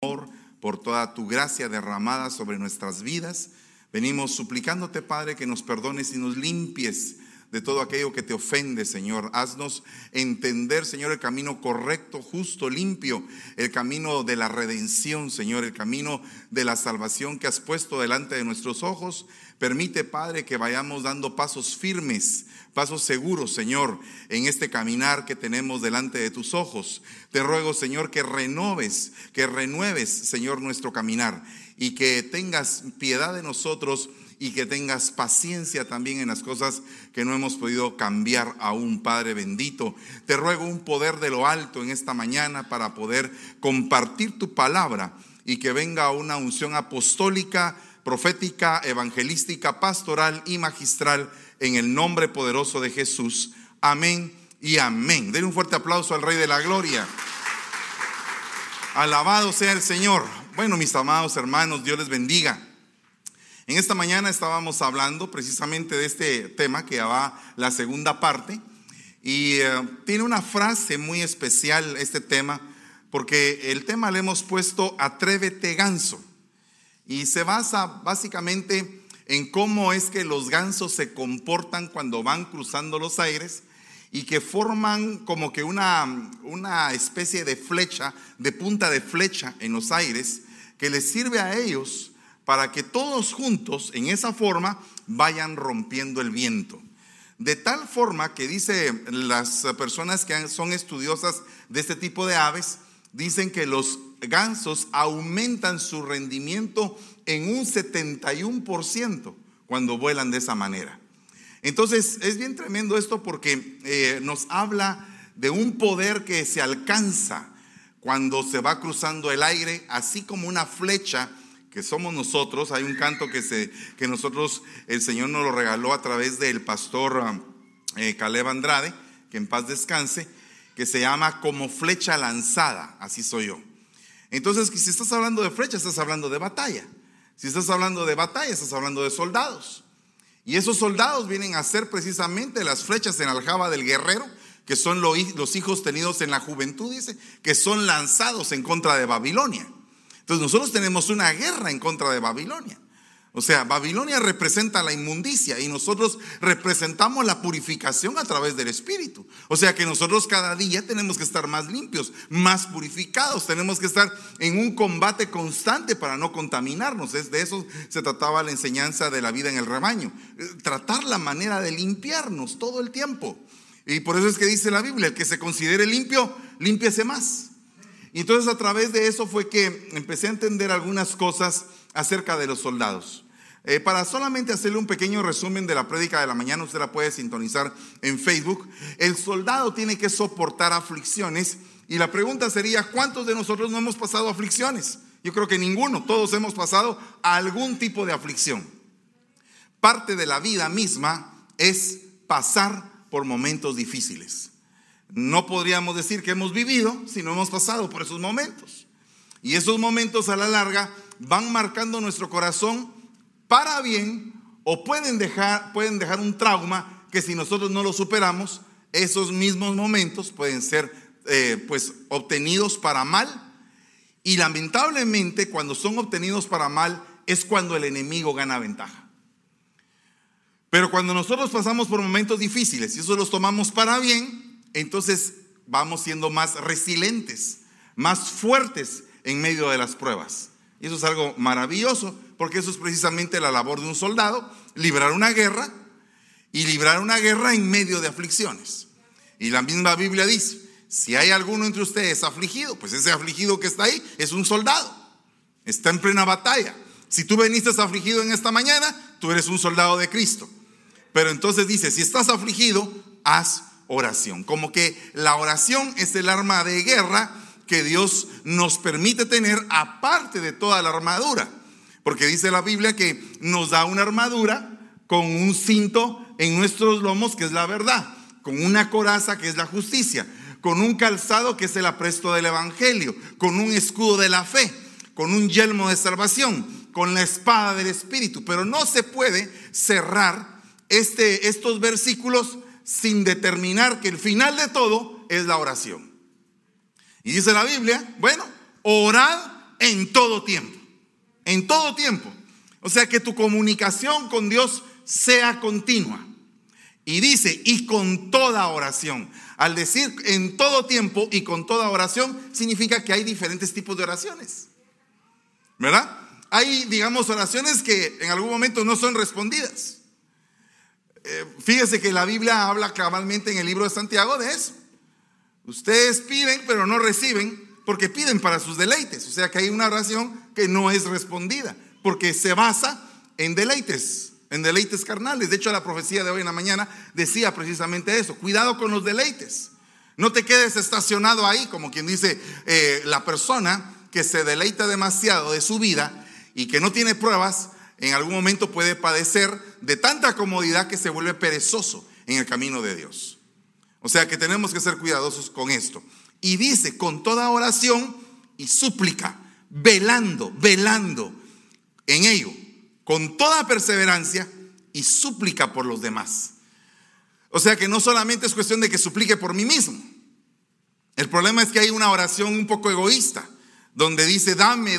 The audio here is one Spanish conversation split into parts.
por toda tu gracia derramada sobre nuestras vidas. Venimos suplicándote, Padre, que nos perdones y nos limpies de todo aquello que te ofende, Señor. Haznos entender, Señor, el camino correcto, justo, limpio, el camino de la redención, Señor, el camino de la salvación que has puesto delante de nuestros ojos. Permite, Padre, que vayamos dando pasos firmes, pasos seguros, Señor, en este caminar que tenemos delante de tus ojos. Te ruego, Señor, que renueves, Señor, nuestro caminar, y que tengas piedad de nosotros y que tengas paciencia también en las cosas que no hemos podido cambiar aún, Padre bendito. Te ruego un poder de lo alto en esta mañana para poder compartir tu palabra y que venga una unción apostólica, profética, evangelística, pastoral y magistral en el nombre poderoso de Jesús. Amén y amén. Den un fuerte aplauso al Rey de la Gloria. Alabado sea el Señor. Bueno, mis amados hermanos, Dios les bendiga. En esta mañana estábamos hablando precisamente de este tema que va la segunda parte, y tiene una frase muy especial este tema, porque el tema le hemos puesto Atrévete Ganso, y se basa básicamente en cómo es que los gansos se comportan cuando van cruzando los aires y que forman como que una especie de flecha, de punta de flecha en los aires, que les sirve a ellos para que todos juntos en esa forma vayan rompiendo el viento. De tal forma que dice las personas que son estudiosas de este tipo de aves, dicen que los gansos aumentan su rendimiento en un 71% cuando vuelan de esa manera. Entonces es bien tremendo esto, porque nos habla de un poder que se alcanza cuando se va cruzando el aire, así como una flecha que somos nosotros. Hay un canto que nosotros, el Señor nos lo regaló a través del pastor Caleb Andrade, que en paz descanse, que se llama Como flecha lanzada, así soy yo. Entonces, si estás hablando de flecha, estás hablando de batalla. Si estás hablando de batalla, estás hablando de soldados. Y esos soldados vienen a ser precisamente las flechas en la aljaba del guerrero, que son los hijos tenidos en la juventud, dice, que son lanzados en contra de Babilonia. Entonces nosotros tenemos una guerra en contra de Babilonia. O sea, Babilonia representa la inmundicia y nosotros representamos la purificación a través del Espíritu. O sea que nosotros cada día tenemos que estar más limpios, más purificados. Tenemos que estar en un combate constante para no contaminarnos. De eso se trataba la enseñanza de la vida en el rebaño. Tratar la manera de limpiarnos todo el tiempo. Y por eso es que dice la Biblia, el que se considere limpio, límpiese más. Y entonces a través de eso fue que empecé a entender algunas cosas acerca de los soldados. Para solamente hacerle un pequeño resumen de la prédica de la mañana, usted la puede sintonizar en Facebook. El soldado tiene que soportar aflicciones, y la pregunta sería, ¿cuántos de nosotros no hemos pasado aflicciones? Yo creo que ninguno, todos hemos pasado algún tipo de aflicción. Parte de la vida misma es pasar por momentos difíciles. No podríamos decir que hemos vivido si no hemos pasado por esos momentos. Y esos momentos a la larga van marcando nuestro corazón para bien, o pueden dejar un trauma que si nosotros no lo superamos, esos mismos momentos pueden ser obtenidos para mal. Y lamentablemente cuando son obtenidos para mal es cuando el enemigo gana ventaja. Pero cuando nosotros pasamos por momentos difíciles y eso los tomamos para bien, entonces vamos siendo más resilientes, más fuertes en medio de las pruebas. Y eso es algo maravilloso, porque eso es precisamente la labor de un soldado, librar una guerra, y librar una guerra en medio de aflicciones. Y la misma Biblia dice, si hay alguno entre ustedes afligido, pues ese afligido que está ahí es un soldado, está en plena batalla. Si tú viniste afligido en esta mañana, tú eres un soldado de Cristo. Pero entonces dice, si estás afligido, haz oración. Como que la oración es el arma de guerra que Dios nos permite tener, aparte de toda la armadura. Porque dice la Biblia que nos da una armadura con un cinto en nuestros lomos, que es la verdad, con una coraza, que es la justicia, con un calzado, que es el apresto del evangelio, con un escudo de la fe, con un yelmo de salvación, con la espada del Espíritu. Pero no se puede cerrar estos versículos sin determinar que el final de todo es la oración. Y dice la Biblia, bueno, orad en todo tiempo. En todo tiempo. O sea, que tu comunicación con Dios sea continua. Y dice, y con toda oración. Al decir en todo tiempo y con toda oración, significa que hay diferentes tipos de oraciones, ¿verdad? Hay, digamos, oraciones que en algún momento no son respondidas. Fíjese que la Biblia habla cabalmente en el libro de Santiago de eso. Ustedes piden, pero no reciben, porque piden para sus deleites. O sea que hay una oración que no es respondida, porque se basa en deleites carnales. De hecho, la profecía de hoy en la mañana decía precisamente eso: cuidado con los deleites. No te quedes estacionado ahí, como quien dice, la persona que se deleita demasiado de su vida y que no tiene pruebas, en algún momento puede padecer de tanta comodidad que se vuelve perezoso en el camino de Dios. O sea que tenemos que ser cuidadosos con esto. Y dice, con toda oración y súplica, velando en ello, con toda perseverancia y súplica por los demás. O sea que no solamente es cuestión de que suplique por mí mismo. El problema es que hay una oración un poco egoísta, donde dice dame.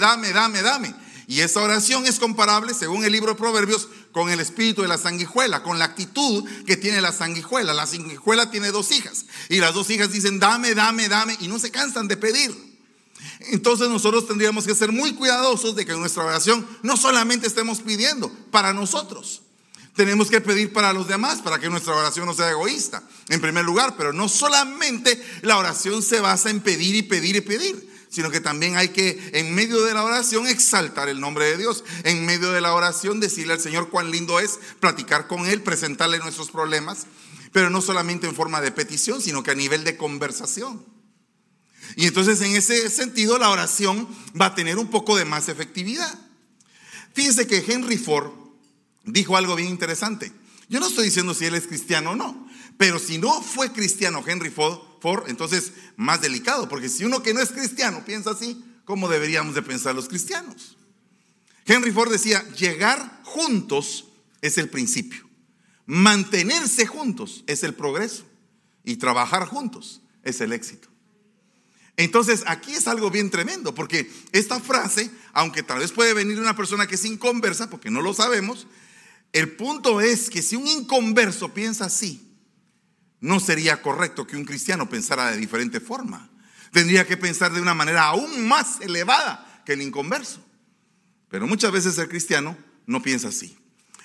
Y esa oración es comparable, según el libro de Proverbios, con el espíritu de la sanguijuela, con la actitud que tiene la sanguijuela. La sanguijuela tiene 2 hijas y las 2 hijas dicen dame, y no se cansan de pedir. Entonces nosotros tendríamos que ser muy cuidadosos de que en nuestra oración no solamente estemos pidiendo para nosotros. Tenemos que pedir para los demás, para que nuestra oración no sea egoísta, en primer lugar. Pero no solamente la oración se basa en pedir y pedir, sino que también hay que, en medio de la oración, exaltar el nombre de Dios. En medio de la oración, decirle al Señor cuán lindo es, platicar con Él, presentarle nuestros problemas. Pero no solamente en forma de petición, sino que a nivel de conversación. Y entonces, en ese sentido, la oración va a tener un poco de más efectividad. Fíjese que Henry Ford dijo algo bien interesante. Yo no estoy diciendo si él es cristiano o no, pero si no fue cristiano Henry Ford, entonces más delicado, porque si uno que no es cristiano piensa así, ¿cómo deberíamos de pensar los cristianos? Henry Ford decía, llegar juntos es el principio, mantenerse juntos es el progreso y trabajar juntos es el éxito. Entonces aquí es algo bien tremendo, porque esta frase, aunque tal vez puede venir de una persona que es inconversa, porque no lo sabemos, el punto es que si un inconverso piensa así, no sería correcto que un cristiano pensara de diferente forma. Tendría que pensar de una manera aún más elevada que el inconverso. Pero muchas veces el cristiano no piensa así.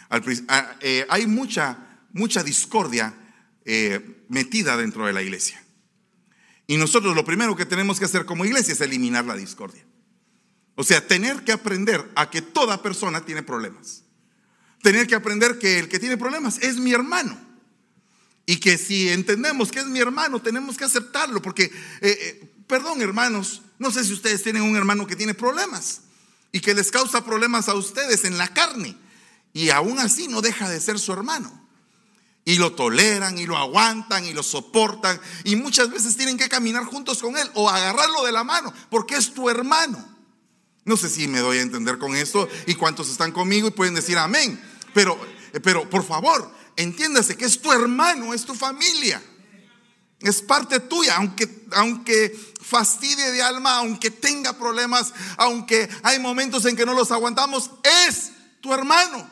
Hay mucha discordia metida dentro de la iglesia. Y nosotros lo primero que tenemos que hacer como iglesia es eliminar la discordia. O sea, tener que aprender a que toda persona tiene problemas. Tener que aprender que el que tiene problemas es mi hermano. Y que si entendemos que es mi hermano, tenemos que aceptarlo. Porque, perdón hermanos, no sé si ustedes tienen un hermano que tiene problemas y que les causa problemas a ustedes en la carne. Y aún así no deja de ser su hermano. Y lo toleran y lo aguantan y lo soportan. Y muchas veces tienen que caminar juntos con él o agarrarlo de la mano porque es tu hermano. No sé si me doy a entender con esto y cuántos están conmigo y pueden decir amén. Pero por favor, entiéndase que es tu hermano, es tu familia, es parte tuya, aunque fastidie de alma, aunque tenga problemas, aunque hay momentos en que no los aguantamos, es tu hermano.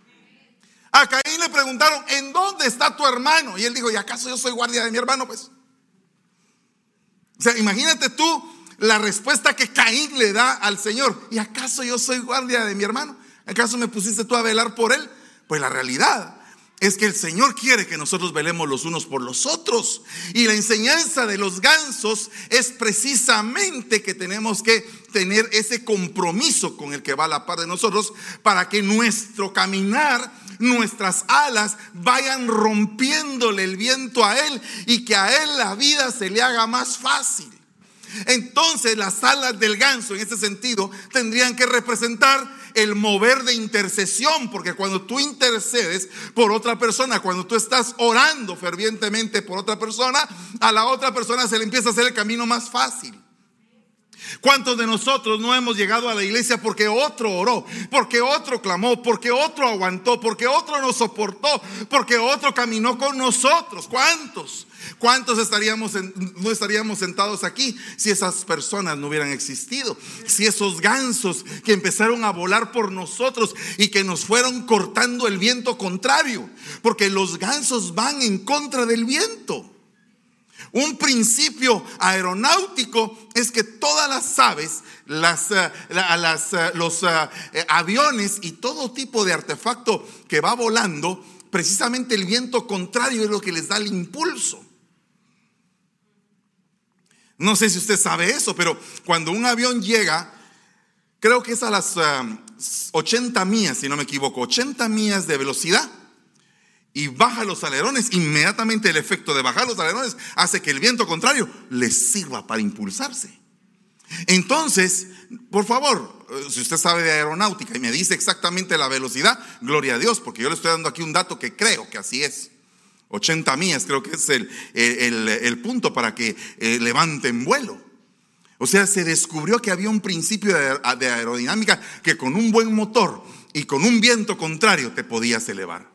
A Caín le preguntaron, ¿en dónde está tu hermano? Y él dijo, ¿y acaso yo soy guardia de mi hermano? Pues, o sea, imagínate tú la respuesta que Caín le da al Señor. ¿Y acaso yo soy guardia de mi hermano? ¿Acaso me pusiste tú a velar por él? Pues la realidad es que el Señor quiere que nosotros velemos los unos por los otros. Y la enseñanza de los gansos es precisamente que tenemos que tener ese compromiso con el que va a la par de nosotros, para que nuestro caminar, nuestras alas vayan rompiéndole el viento a él y que a él la vida se le haga más fácil. Entonces las alas del ganso en ese sentido tendrían que representar el mover de intercesión, porque cuando tú intercedes por otra persona, cuando tú estás orando fervientemente por otra persona, a la otra persona se le empieza a hacer el camino más fácil. ¿Cuántos de nosotros no hemos llegado a la iglesia porque otro oró, porque otro clamó, porque otro aguantó, porque otro nos soportó, porque otro caminó con nosotros? ¿Cuántos? ¿Cuántos no estaríamos sentados aquí si esas personas no hubieran existido? Si esos gansos que empezaron a volar por nosotros y que nos fueron cortando el viento contrario, porque los gansos van en contra del viento. Un principio aeronáutico es que todas las aves, los aviones y todo tipo de artefacto que va volando, precisamente el viento contrario es lo que les da el impulso. No sé si usted sabe eso, pero cuando un avión llega, creo que es a las 80 millas, si no me equivoco, 80 millas de velocidad, y baja los alerones, inmediatamente el efecto de bajar los alerones hace que el viento contrario les sirva para impulsarse. Entonces, por favor, si usted sabe de aeronáutica y me dice exactamente la velocidad, gloria a Dios, porque yo le estoy dando aquí un dato que creo que así es. 80 millas creo que es el punto para que levanten vuelo. O sea, se descubrió que había un principio de aerodinámica que con un buen motor y con un viento contrario te podías elevar.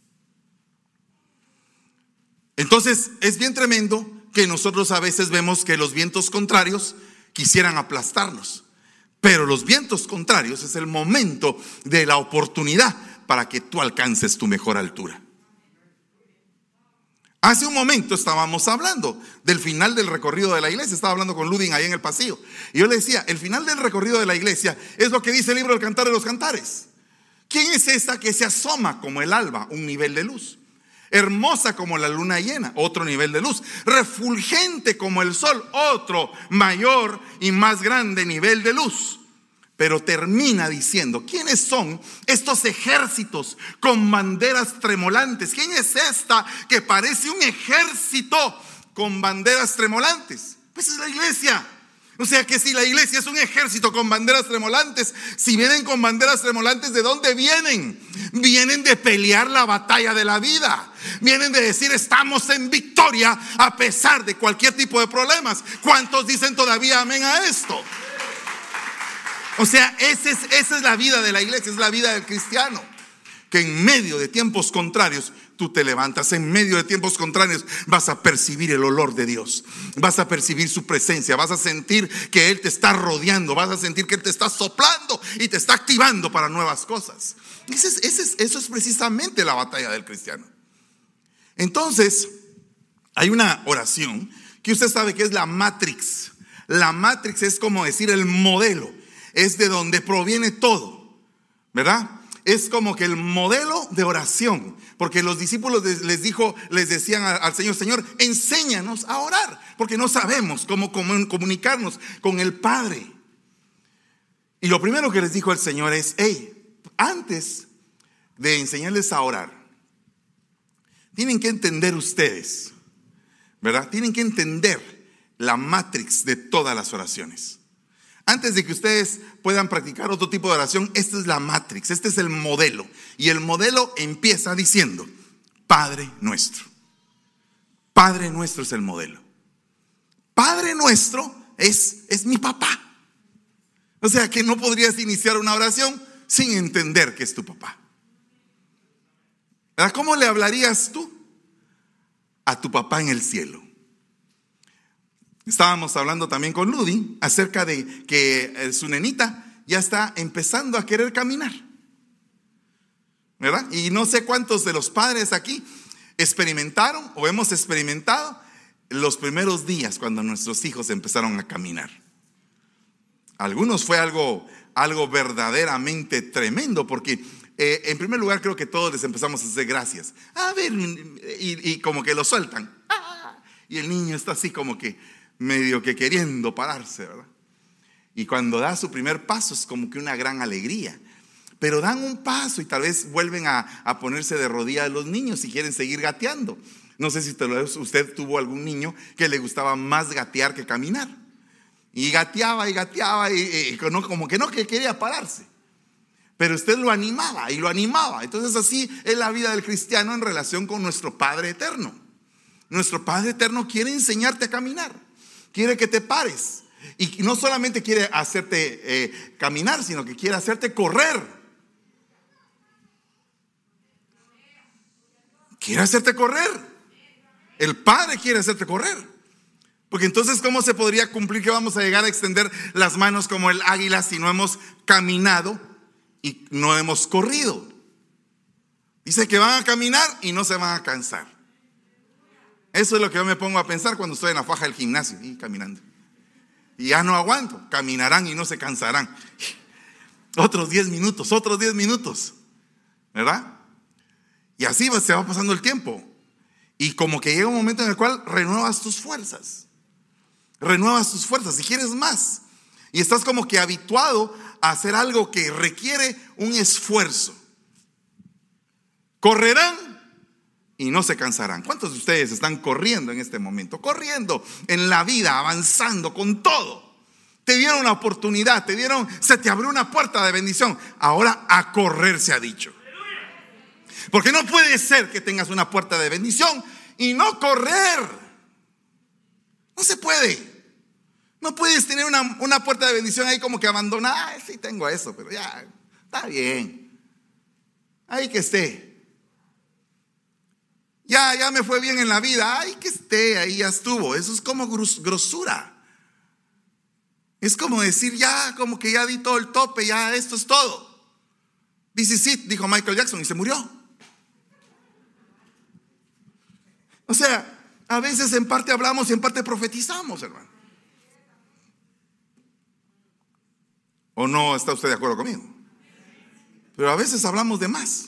Entonces es bien tremendo que nosotros a veces vemos que los vientos contrarios quisieran aplastarnos, pero los vientos contrarios es el momento de la oportunidad para que tú alcances tu mejor altura. Hace un momento estábamos hablando del final del recorrido de la iglesia. Estaba hablando con Ludin ahí en el pasillo y yo le decía, el final del recorrido de la iglesia es lo que dice el libro del Cantar de los Cantares. ¿Quién es esta que se asoma como el alba? Un nivel de luz. Hermosa como la luna llena, otro nivel de luz. Refulgente como el sol, otro mayor y más grande nivel de luz. Pero termina diciendo, ¿quiénes son estos ejércitos con banderas tremolantes? ¿Quién es esta que parece un ejército con banderas tremolantes? Pues es la iglesia. O sea que si la iglesia es un ejército con banderas tremolantes, si vienen con banderas tremolantes, ¿de dónde vienen? Vienen de pelear la batalla de la vida. Vienen de decir, estamos en victoria a pesar de cualquier tipo de problemas. ¿Cuántos dicen todavía amén a esto? O sea, esa es la vida de la iglesia, es la vida del cristiano. Que en medio de tiempos contrarios tú te levantas. En medio de tiempos contrarios vas a percibir el olor de Dios. Vas a percibir su presencia. Vas a sentir que Él te está rodeando. Vas a sentir que Él te está soplando y te está activando para nuevas cosas. Eso es precisamente la batalla del cristiano. Entonces, hay una oración que usted sabe que es la Matrix. La Matrix es como decir el modelo. Es de donde proviene todo, ¿verdad? Es como que el modelo de oración, porque los discípulos les decían al Señor, Señor, enséñanos a orar, porque no sabemos cómo comunicarnos con el Padre. Y lo primero que les dijo el Señor es, antes de enseñarles a orar, tienen que entender ustedes, ¿verdad? Tienen que entender la matrix de todas las oraciones. Antes de que ustedes puedan practicar otro tipo de oración, esta es la matrix, este es el modelo. Y el modelo empieza diciendo, Padre nuestro. Padre nuestro es el modelo. Padre nuestro es mi papá. O sea que no podrías iniciar una oración sin entender que es tu papá. ¿Cómo le hablarías tú a tu papá en el cielo? Estábamos hablando también con Ludin acerca de que su nenita ya está empezando a querer caminar, ¿verdad? Y no sé cuántos de los padres aquí experimentaron o hemos experimentado los primeros días cuando nuestros hijos empezaron a caminar. Algunos fue algo verdaderamente tremendo porque en primer lugar creo que todos les empezamos a hacer gracias. A ver, y como que lo sueltan. Y el niño está así como que medio que queriendo pararse, ¿verdad? Y cuando da su primer paso es como que una gran alegría. Pero dan un paso y tal vez vuelven a ponerse de rodillas los niños y quieren seguir gateando. No sé si usted tuvo algún niño que le gustaba más gatear que caminar. Y gateaba y como que no que quería pararse. Pero usted lo animaba y lo animaba. Entonces así es la vida del cristiano en relación con nuestro Padre eterno. Nuestro Padre eterno quiere enseñarte a caminar. Quiere que te pares. Y no solamente quiere hacerte caminar, sino que quiere hacerte correr. Quiere hacerte correr. El Padre quiere hacerte correr. Porque entonces, ¿cómo se podría cumplir que vamos a llegar a extender las manos como el águila si no hemos caminado y no hemos corrido? Dice que van a caminar y no se van a cansar. Eso es lo que yo me pongo a pensar cuando estoy en la faja del gimnasio y caminando. Y ya no aguanto. Caminarán y no se cansarán. Otros 10 minutos, ¿verdad? Y así se va pasando el tiempo. Y como que llega un momento en el cual renuevas tus fuerzas. Y quieres más. Y estás como que habituado a hacer algo que requiere un esfuerzo. Correrán y no se cansarán. ¿Cuántos de ustedes están corriendo en este momento? Corriendo en la vida, avanzando con todo. Te dieron una oportunidad, se te abrió una puerta de bendición. Ahora a correr se ha dicho. Porque no puede ser que tengas una puerta de bendición y no correr. No se puede. No puedes tener una puerta de bendición ahí como que abandonada. Sí tengo eso, pero ya está bien. Ahí que esté. Ya me fue bien en la vida. Ahí que esté, ahí ya estuvo. Eso es como grosura. Es como decir, ya, como que ya di todo el tope, ya esto es todo. This is it, dijo Michael Jackson, y se murió. O sea, a veces en parte hablamos y en parte profetizamos, hermano. ¿O no está usted de acuerdo conmigo? Pero a veces hablamos de más.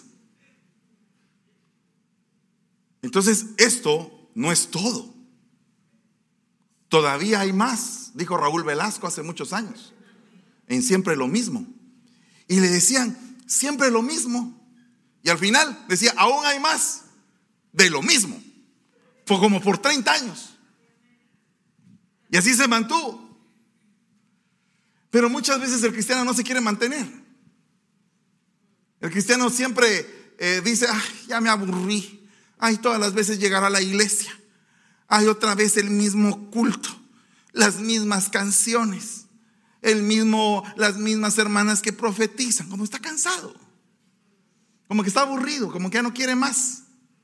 Entonces, esto no es todo. Todavía hay más, dijo Raúl Velasco hace muchos años, en Siempre lo Mismo. Y le decían, siempre lo mismo. Y al final decía, aún hay más de lo mismo. Fue como por 30 años. Y así se mantuvo. Pero muchas veces el cristiano no se quiere mantener. El cristiano siempre dice, ay, ya me aburrí. Ay, todas las veces llegará a la iglesia. Hay otra vez el mismo culto, las mismas canciones, las mismas hermanas que profetizan. Como está cansado, como que está aburrido, como que ya no quiere más,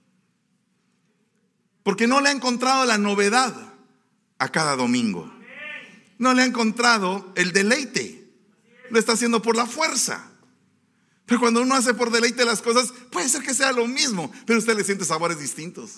porque no le ha encontrado la novedad a cada domingo. No le ha encontrado el deleite. Lo está haciendo por la fuerza. Pero cuando uno hace por deleite las cosas, puede ser que sea lo mismo, pero usted le siente sabores distintos.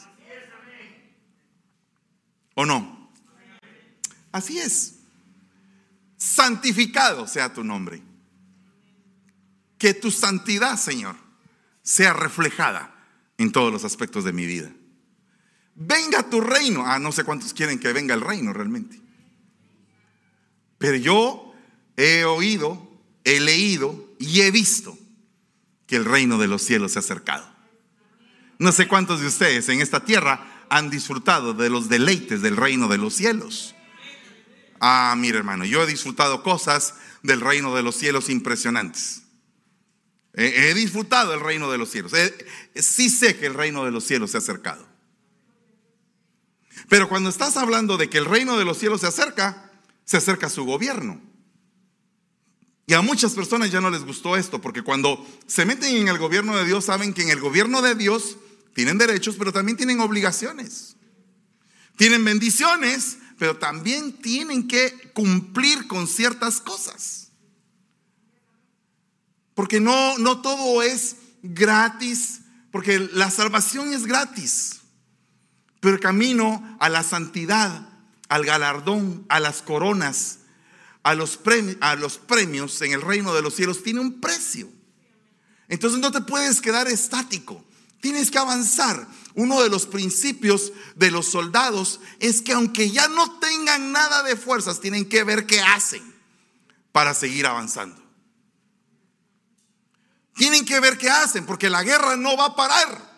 ¿O no? Así es. Santificado sea tu nombre. Que tu santidad, Señor, sea reflejada en todos los aspectos de mi vida. Venga tu reino. No sé cuántos quieren que venga el reino realmente. Pero yo he oído, he leído y he visto que el reino de los cielos se ha acercado. No sé cuántos de ustedes en esta tierra han disfrutado de los deleites del reino de los cielos. Mire, hermano, yo he disfrutado cosas del reino de los cielos impresionantes. He disfrutado el reino de los cielos. Sí sé que el reino de los cielos se ha acercado. Pero cuando estás hablando de que el reino de los cielos se acerca a su gobierno. Y a muchas personas ya no les gustó esto, porque cuando se meten en el gobierno de Dios, saben que en el gobierno de Dios tienen derechos, pero también tienen obligaciones. Tienen bendiciones, pero también tienen que cumplir con ciertas cosas. Porque no todo es gratis, porque la salvación es gratis. Pero el camino a la santidad, al galardón, a las coronas, a los premios en el reino de los cielos tiene un precio. Entonces no te puedes quedar estático. Tienes que avanzar. Uno de los principios de los soldados es que aunque ya no tengan nada de fuerzas, tienen que ver qué hacen para seguir avanzando. Tienen que ver qué hacen, porque la guerra no va a parar.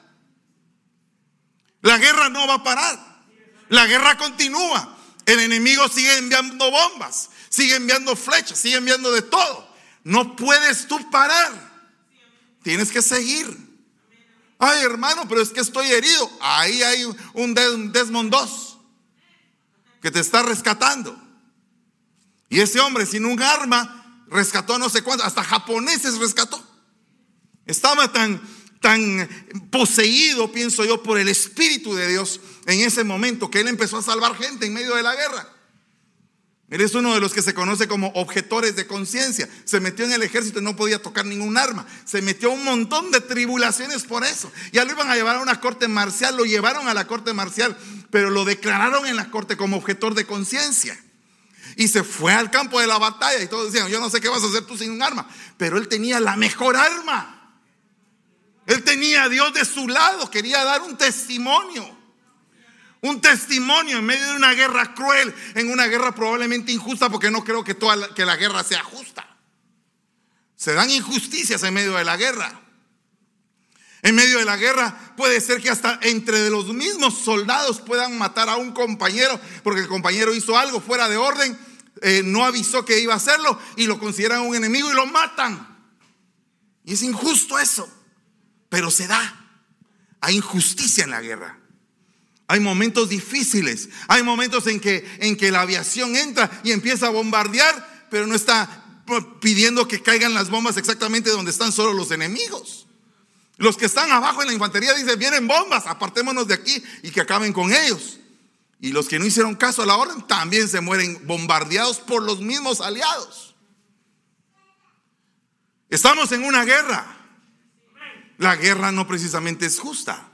La guerra no va a parar. La guerra continúa. El enemigo sigue enviando bombas, sigue enviando flechas, sigue enviando de todo. No puedes tú parar. Tienes que seguir. Ay, hermano, pero es que estoy herido. Ahí hay un Desmond II que te está rescatando. Y ese hombre sin un arma rescató a no sé cuántos, hasta japoneses rescató. Estaba tan poseído, pienso yo, por el Espíritu de Dios, en ese momento que él empezó a salvar gente en medio de la guerra. Él es uno de los que se conoce como objetores de conciencia. Se metió en el ejército y no podía tocar ningún arma. Se metió un montón de tribulaciones por eso. Ya lo iban a llevar a una corte marcial, lo llevaron a la corte marcial, pero lo declararon en la corte como objetor de conciencia. Y se fue al campo de la batalla y todos decían: yo no sé qué vas a hacer tú sin un arma. Pero él tenía la mejor arma. Él tenía a Dios de su lado, quería dar un testimonio. Un testimonio en medio de una guerra cruel, en una guerra probablemente injusta, porque no creo que que la guerra sea justa. Se dan injusticias en medio de la guerra. En medio de la guerra puede ser que hasta entre los mismos soldados puedan matar a un compañero, porque el compañero hizo algo fuera de orden, no avisó que iba a hacerlo y lo consideran un enemigo y lo matan. Y es injusto eso, pero se da. Hay injusticia en la guerra. Hay momentos difíciles, hay momentos en que la aviación entra y empieza a bombardear, pero no está pidiendo que caigan las bombas exactamente donde están solo los enemigos. Los que están abajo en la infantería dicen: vienen bombas, apartémonos de aquí y que acaben con ellos. Y los que no hicieron caso a la orden también se mueren bombardeados por los mismos aliados. Estamos en una guerra. La guerra no precisamente es justa.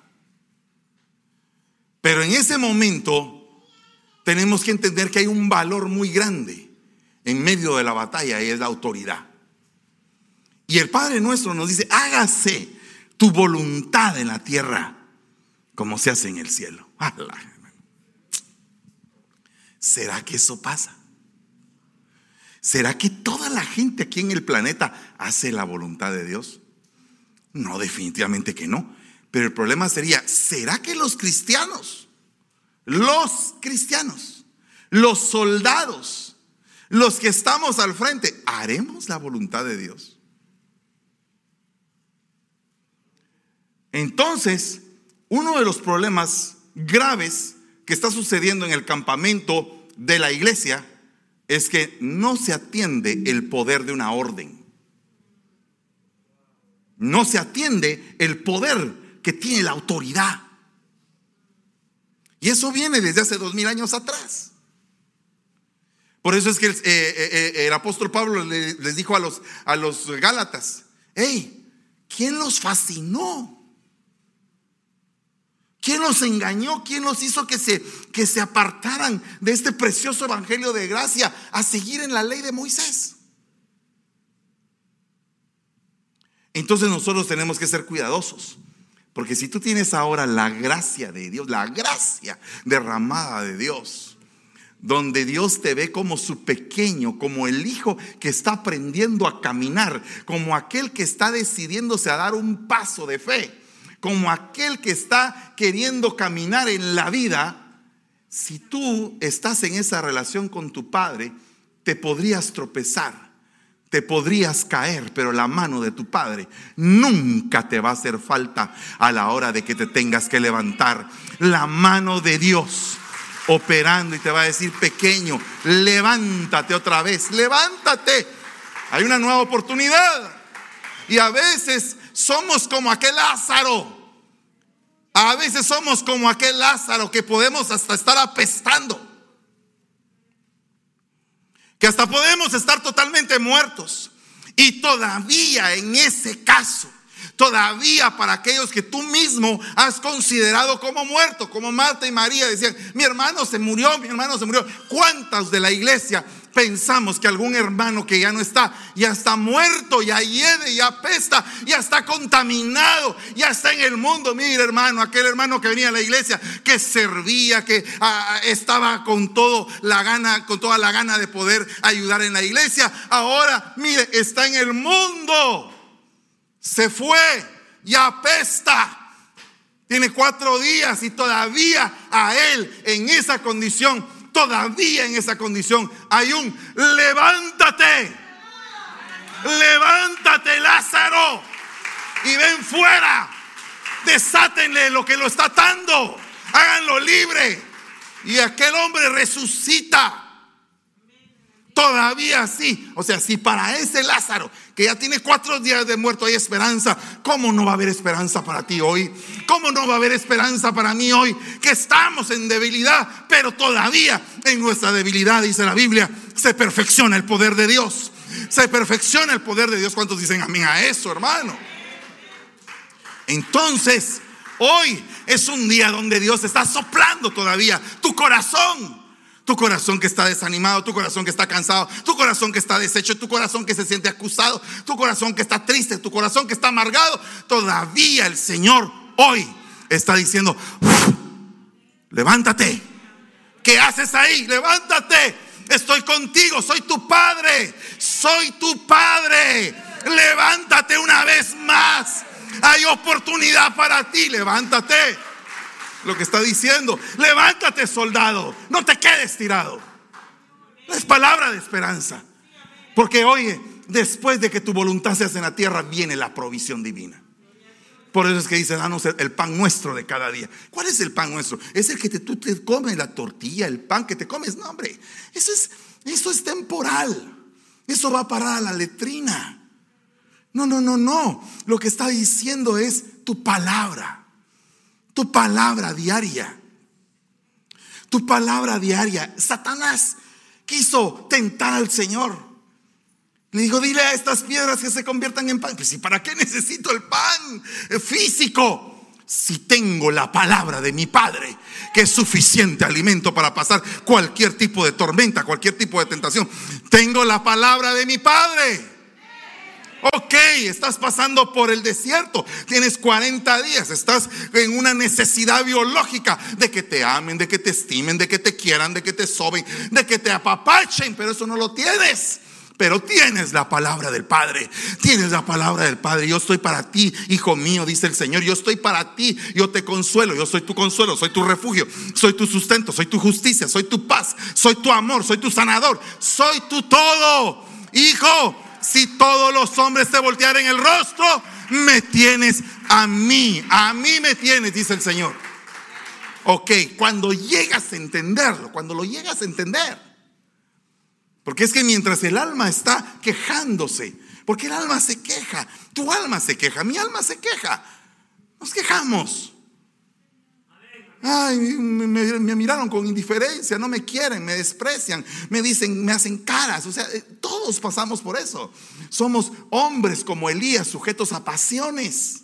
Pero en ese momento tenemos que entender que hay un valor muy grande en medio de la batalla, y es la autoridad. Y el Padre nuestro nos dice: hágase tu voluntad en la tierra como se hace en el cielo. ¿Será que eso pasa? ¿Será que toda la gente aquí en el planeta hace la voluntad de Dios? No, definitivamente que no. Pero el problema sería: ¿será que los cristianos, los soldados, los que estamos al frente, haremos la voluntad de Dios? Entonces, uno de los problemas graves que está sucediendo en el campamento de la iglesia es que no se atiende el poder de una orden. No se atiende el poder que tiene la autoridad. Y eso viene desde hace 2000 años atrás. Por eso es que el apóstol Pablo les dijo a los Gálatas: hey, ¿quién los fascinó? ¿Quién los engañó? ¿Quién los hizo que se apartaran de este precioso evangelio de gracia a seguir en la ley de Moisés? Entonces nosotros tenemos que ser cuidadosos, porque si tú tienes ahora la gracia de Dios, la gracia derramada de Dios, donde Dios te ve como su pequeño, como el hijo que está aprendiendo a caminar, como aquel que está decidiéndose a dar un paso de fe, como aquel que está queriendo caminar en la vida, si tú estás en esa relación con tu Padre, te podrías tropezar, te podrías caer, pero la mano de tu Padre nunca te va a hacer falta a la hora de que te tengas que levantar. La mano de Dios operando y te va a decir: pequeño, levántate otra vez, levántate, hay una nueva oportunidad. Y a veces somos como aquel Lázaro. A veces somos como aquel Lázaro que podemos hasta estar apestando, que hasta podemos estar totalmente muertos. Y todavía en ese caso, todavía para aquellos que tú mismo has considerado como muertos, como Marta y María decían: mi hermano se murió, mi hermano se murió. ¿Cuántos de la iglesia pensamos que algún hermano que ya no está, ya está muerto, ya hiede, ya apesta, ya está contaminado, ya está en el mundo? Mira, hermano, aquel hermano que venía a la iglesia, que servía, que estaba con toda la gana de poder ayudar en la iglesia, ahora, mire, está en el mundo. Se fue, ya apesta. Tiene 4 días y todavía a él en esa condición, todavía en esa condición hay un levántate, levántate, Lázaro, y ven fuera, desátenle lo que lo está atando, háganlo libre. Y aquel hombre resucita. todavía sí. O sea, si para ese Lázaro que ya tiene 4 días de muerto hay esperanza, ¿cómo no va a haber esperanza para ti hoy? ¿Cómo no va a haber esperanza para mí hoy? Que estamos en debilidad, pero todavía en nuestra debilidad, dice la Biblia, se perfecciona el poder de Dios. Se perfecciona el poder de Dios. ¿Cuántos dicen amén a eso, hermano? Entonces, hoy es un día donde Dios está soplando todavía tu corazón. Tu corazón que está desanimado, tu corazón que está cansado, tu corazón que está deshecho, tu corazón que se siente acusado, tu corazón que está triste, tu corazón que está amargado. Todavía el Señor hoy está diciendo: levántate. ¿Qué haces ahí? Levántate. Estoy contigo, soy tu padre. Soy tu padre. Levántate una vez más. Hay oportunidad para ti. Levántate. Lo que está diciendo: levántate, soldado, no te quedes tirado. Es palabra de esperanza. Porque oye, después de que tu voluntad se hace en la tierra, viene la provisión divina. Por eso es que dice: danos el pan nuestro de cada día. ¿Cuál es el pan nuestro? Es el que tú te comes, la tortilla, el pan que te comes. No, hombre, eso es temporal. Eso va a parar a la letrina. No. Lo que está diciendo es tu palabra. Tu palabra diaria. Tu palabra diaria. Satanás quiso tentar al Señor. Le dijo: dile a estas piedras que se conviertan en pan. Pues, ¿y para qué necesito el pan físico? Si tengo la palabra de mi Padre, que es suficiente alimento para pasar cualquier tipo de tormenta, cualquier tipo de tentación. Tengo la palabra de mi Padre. Ok, estás pasando por el desierto, tienes 40 días, estás en una necesidad biológica de que te amen, de que te estimen, de que te quieran, de que te soben, de que te apapachen, pero eso no lo tienes. Pero tienes la palabra del Padre. Tienes la palabra del Padre. Yo estoy para ti, hijo mío, dice el Señor. Yo estoy para ti, yo te consuelo. Yo soy tu consuelo, soy tu refugio, soy tu sustento, soy tu justicia, soy tu paz, soy tu amor, soy tu sanador, soy tu todo. Hijo, si todos los hombres te voltearan el rostro, me tienes a mí me tienes, dice el Señor. Ok, cuando llegas a entenderlo, cuando lo llegas a entender. Porque es que mientras el alma está quejándose, porque el alma se queja, tu alma se queja, mi alma se queja, nos quejamos. Ay, me miraron con indiferencia, no me quieren, me desprecian, me dicen, me hacen caras. O sea, todos pasamos por eso. Somos hombres como Elías, sujetos a pasiones.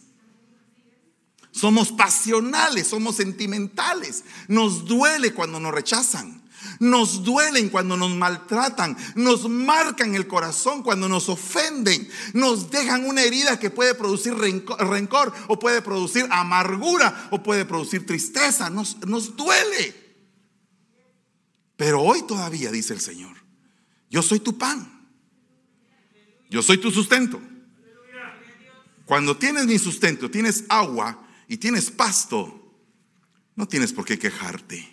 Somos pasionales, somos sentimentales. Nos duele cuando nos rechazan. Nos duelen cuando nos maltratan, nos marcan el corazón cuando nos ofenden, nos dejan una herida que puede producir rencor o puede producir amargura o puede producir tristeza. Nos duele. Pero hoy todavía dice el Señor: yo soy tu pan, yo soy tu sustento. Cuando tienes mi sustento, tienes agua y tienes pasto, no tienes por qué quejarte.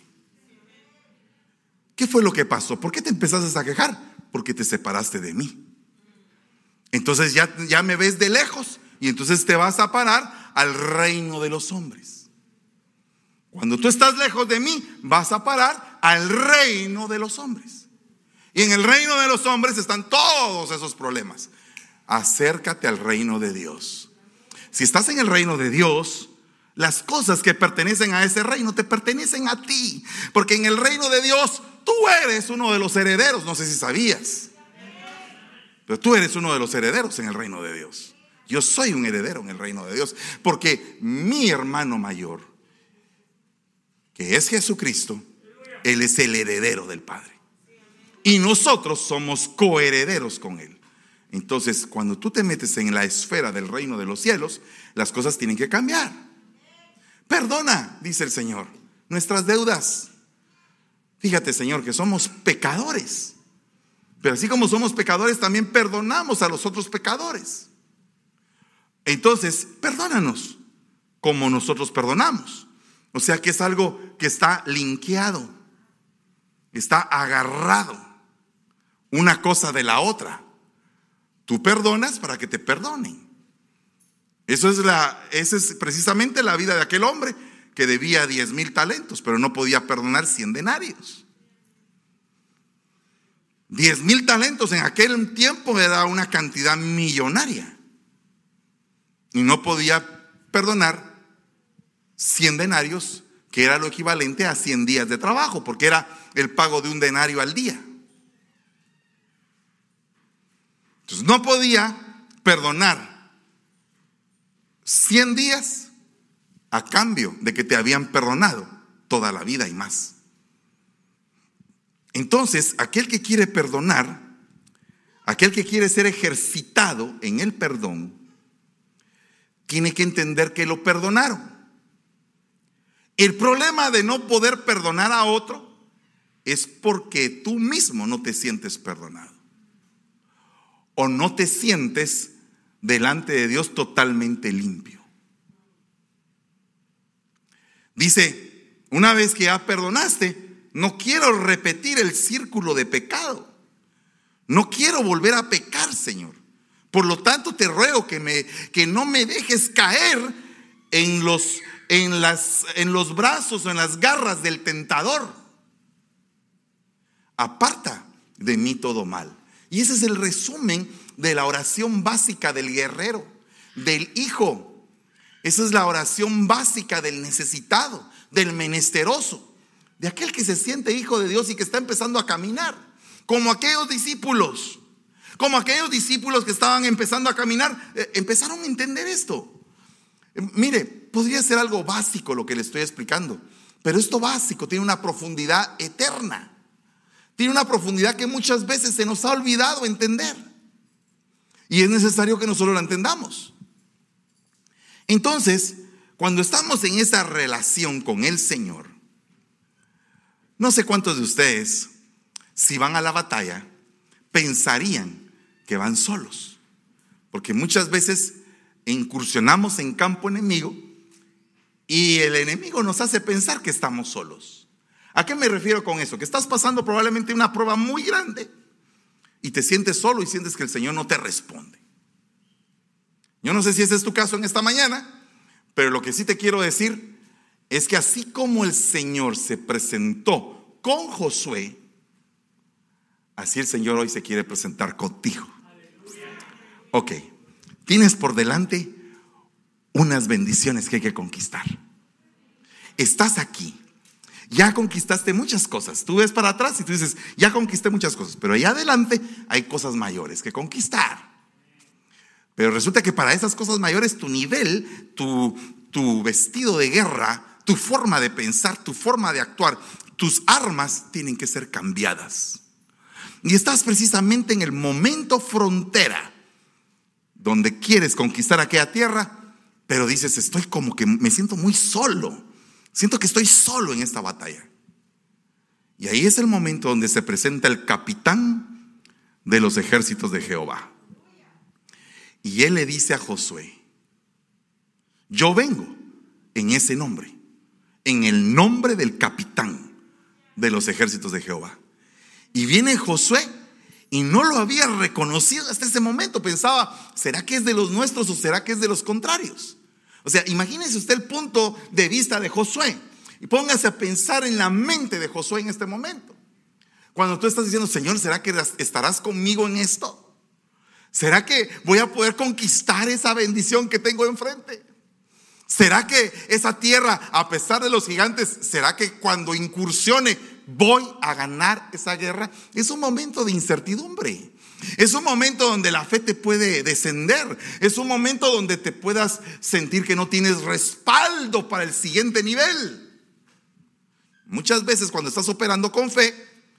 ¿Qué fue lo que pasó? ¿Por qué te empezaste a quejar? Porque te separaste de mí. Entonces ya me ves de lejos y entonces te vas a parar al reino de los hombres. Cuando tú estás lejos de mí, vas a parar al reino de los hombres. Y en el reino de los hombres están todos esos problemas. Acércate al reino de Dios. Si estás en el reino de Dios, las cosas que pertenecen a ese reino te pertenecen a ti. Porque en el reino de Dios tú eres uno de los herederos. No sé si sabías, pero tú eres uno de los herederos en el reino de Dios. Yo soy un heredero en el reino de Dios. Porque mi hermano mayor, que es Jesucristo, Él es el heredero del Padre. Y nosotros somos coherederos con Él. Entonces, cuando tú te metes en la esfera del reino de los cielos, las cosas tienen que cambiar. Perdona, dice el Señor, nuestras deudas. Fíjate, Señor, que somos pecadores. Pero así como somos pecadores, también perdonamos a los otros pecadores. Entonces, perdónanos como nosotros perdonamos. O sea que es algo que está linkeado, está agarrado una cosa de la otra. Tú perdonas para que te perdonen. Esa es precisamente la vida de aquel hombre que debía 10,000 talentos, pero no podía perdonar 100 denarios. 10,000 talentos en aquel tiempo era una cantidad millonaria. Y no podía perdonar 100 denarios, que era lo equivalente a 100 días de trabajo, porque era el pago de un denario al día. Entonces no podía perdonar 100 días a cambio de que te habían perdonado toda la vida y más. Entonces, aquel que quiere perdonar, aquel que quiere ser ejercitado en el perdón, tiene que entender que lo perdonaron. El problema de no poder perdonar a otro es porque tú mismo no te sientes perdonado, o no te sientes delante de Dios totalmente limpio. Dice, una vez que ya perdonaste, no quiero repetir el círculo de pecado. No quiero volver a pecar, Señor. Por lo tanto, te ruego que no me dejes caer en los brazos o en las garras del tentador. Aparta de mí todo mal. Y ese es el resumen de la oración básica del guerrero, del hijo. Esa es la oración básica del necesitado, del menesteroso, de aquel que se siente hijo de Dios y que está empezando a caminar, como aquellos discípulos que estaban empezando a caminar, empezaron a entender esto. Mire, podría ser algo básico lo que le estoy explicando, pero esto básico tiene una profundidad eterna, tiene una profundidad que muchas veces se nos ha olvidado entender, y es necesario que nosotros la entendamos. Entonces, cuando estamos en esa relación con el Señor, no sé cuántos de ustedes, si van a la batalla, pensarían que van solos, porque muchas veces incursionamos en campo enemigo y el enemigo nos hace pensar que estamos solos. ¿A qué me refiero con eso? Que estás pasando probablemente una prueba muy grande y te sientes solo y sientes que el Señor no te responde. Yo no sé si ese es tu caso en esta mañana, pero lo que sí te quiero decir es que así como el Señor se presentó con Josué, así el Señor hoy se quiere presentar contigo. Ok, tienes por delante unas bendiciones que hay que conquistar. Estás aquí, ya conquistaste muchas cosas. Tú ves para atrás y tú dices, ya conquisté muchas cosas, pero allá adelante hay cosas mayores que conquistar. Pero resulta que para esas cosas mayores, tu nivel, tu vestido de guerra, tu forma de pensar, tu forma de actuar, tus armas tienen que ser cambiadas. Y estás precisamente en el momento frontera donde quieres conquistar aquella tierra, pero dices, estoy como que me siento muy solo. Siento que estoy solo en esta batalla. Y ahí es el momento donde se presenta el capitán de los ejércitos de Jehová. Y él le dice a Josué, yo vengo en ese nombre, en el nombre del capitán de los ejércitos de Jehová. Y viene Josué y no lo había reconocido hasta ese momento. Pensaba, ¿será que es de los nuestros o será que es de los contrarios? O sea, imagínese usted el punto de vista de Josué y póngase a pensar en la mente de Josué en este momento. Cuando tú estás diciendo, Señor, ¿será que estarás conmigo en esto? ¿Será que voy a poder conquistar esa bendición que tengo enfrente? ¿Será que esa tierra, a pesar de los gigantes, será que cuando incursione voy a ganar esa guerra? Es un momento de incertidumbre. Es un momento donde la fe te puede descender. Es un momento donde te puedas sentir que no tienes respaldo para el siguiente nivel. Muchas veces cuando estás operando con fe,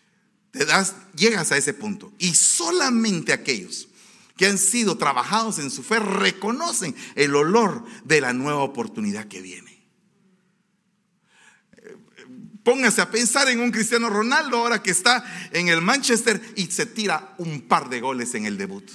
llegas a ese punto. Y solamente aquellos que han sido trabajados en su fe reconocen el olor de la nueva oportunidad que viene. Póngase a pensar en un Cristiano Ronaldo ahora que está en el Manchester y se tira un par de goles en el debut.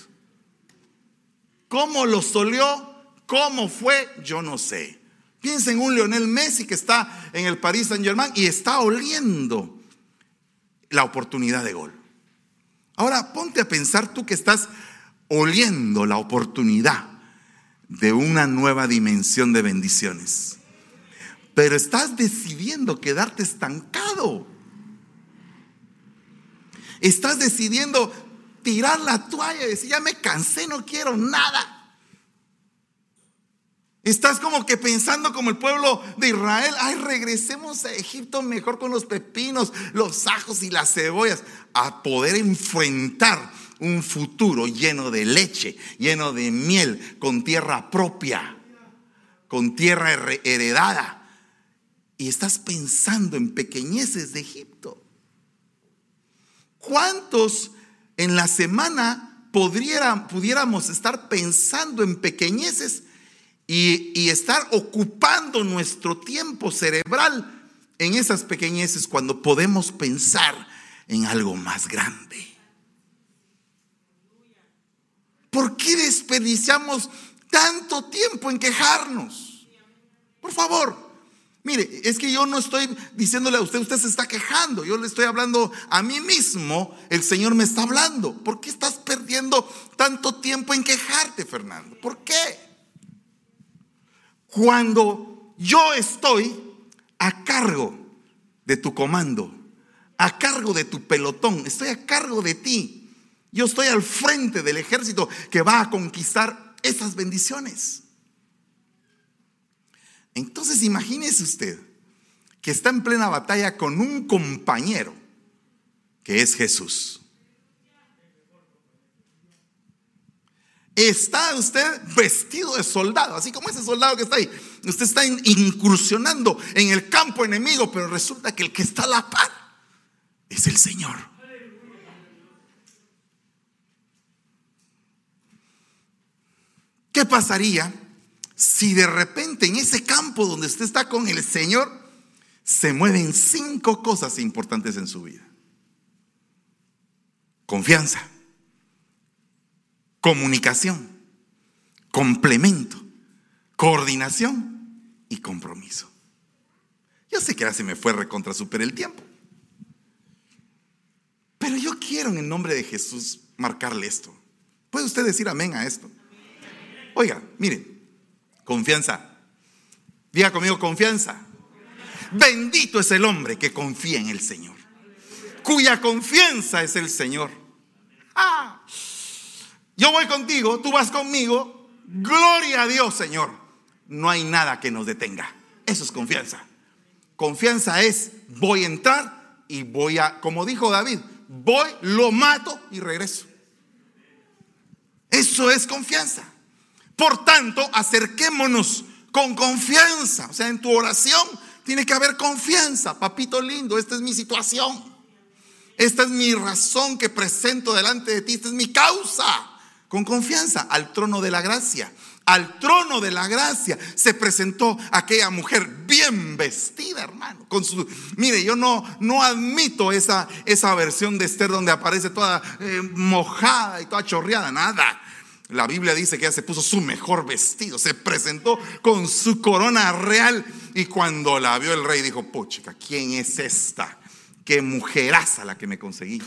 ¿Cómo lo soleó? ¿Cómo fue? Yo no sé. Piensa en un Lionel Messi que está en el Paris Saint-Germain y está oliendo la oportunidad de gol. Ahora ponte a pensar tú que estás oliendo la oportunidad de una nueva dimensión de bendiciones, pero estás decidiendo quedarte estancado. Estás decidiendo tirar la toalla y decir, ya me cansé, no quiero nada. Estás como que pensando como el pueblo de Israel, ay, regresemos a Egipto mejor con los pepinos, los ajos y las cebollas, a poder enfrentar un futuro lleno de leche, lleno de miel, con tierra propia, con tierra heredada. Y estás pensando en pequeñeces de Egipto. ¿Cuántos en la semana pudiéramos estar pensando en pequeñeces y estar ocupando nuestro tiempo cerebral en esas pequeñeces cuando podemos pensar en algo más grande? ¿Por qué desperdiciamos tanto tiempo en quejarnos? Por favor. Mire, es que yo no estoy diciéndole a usted, usted se está quejando. Yo le estoy hablando a mí mismo. El Señor me está hablando. ¿Por qué estás perdiendo tanto tiempo en quejarte, Fernando? ¿Por qué? Cuando yo estoy a cargo de tu comando, a cargo de tu pelotón, estoy a cargo de ti. Yo estoy al frente del ejército que va a conquistar esas bendiciones. Entonces imagínese usted que está en plena batalla con un compañero que es Jesús. Está usted vestido de soldado, así como ese soldado que está ahí. Usted está incursionando en el campo enemigo, pero resulta que el que está a la par es el Señor. ¿Qué pasaría si de repente en ese campo donde usted está con el Señor se mueven 5 cosas importantes en su vida? Confianza, comunicación, complemento, coordinación y compromiso. Yo sé que ahora se me fue recontra super el tiempo, pero yo quiero en el nombre de Jesús marcarle esto. ¿Puede usted decir amén a esto? Oiga, miren, confianza. Diga conmigo, confianza. Bendito es el hombre que confía en el Señor, cuya confianza es el Señor. Yo voy contigo, tú vas conmigo. Gloria a Dios, Señor. No hay nada que nos detenga. Eso es confianza. Confianza es, voy a entrar y voy a, como dijo David, voy, lo mato y regreso. Eso es confianza. Por tanto, acerquémonos con confianza. O sea, en tu oración tiene que haber confianza. Papito lindo, esta es mi situación. Esta es mi razón que presento delante de ti. Esta es mi causa. Con confianza al trono de la gracia. Al trono de la gracia se presentó aquella mujer bien vestida, hermano. Mire, yo no admito esa versión de Esther donde aparece toda mojada y toda chorreada. Nada. La Biblia dice que ella se puso su mejor vestido, se presentó con su corona real. Y cuando la vio el rey dijo, puchica, ¿quién es esta? Qué mujeraza la que me conseguí.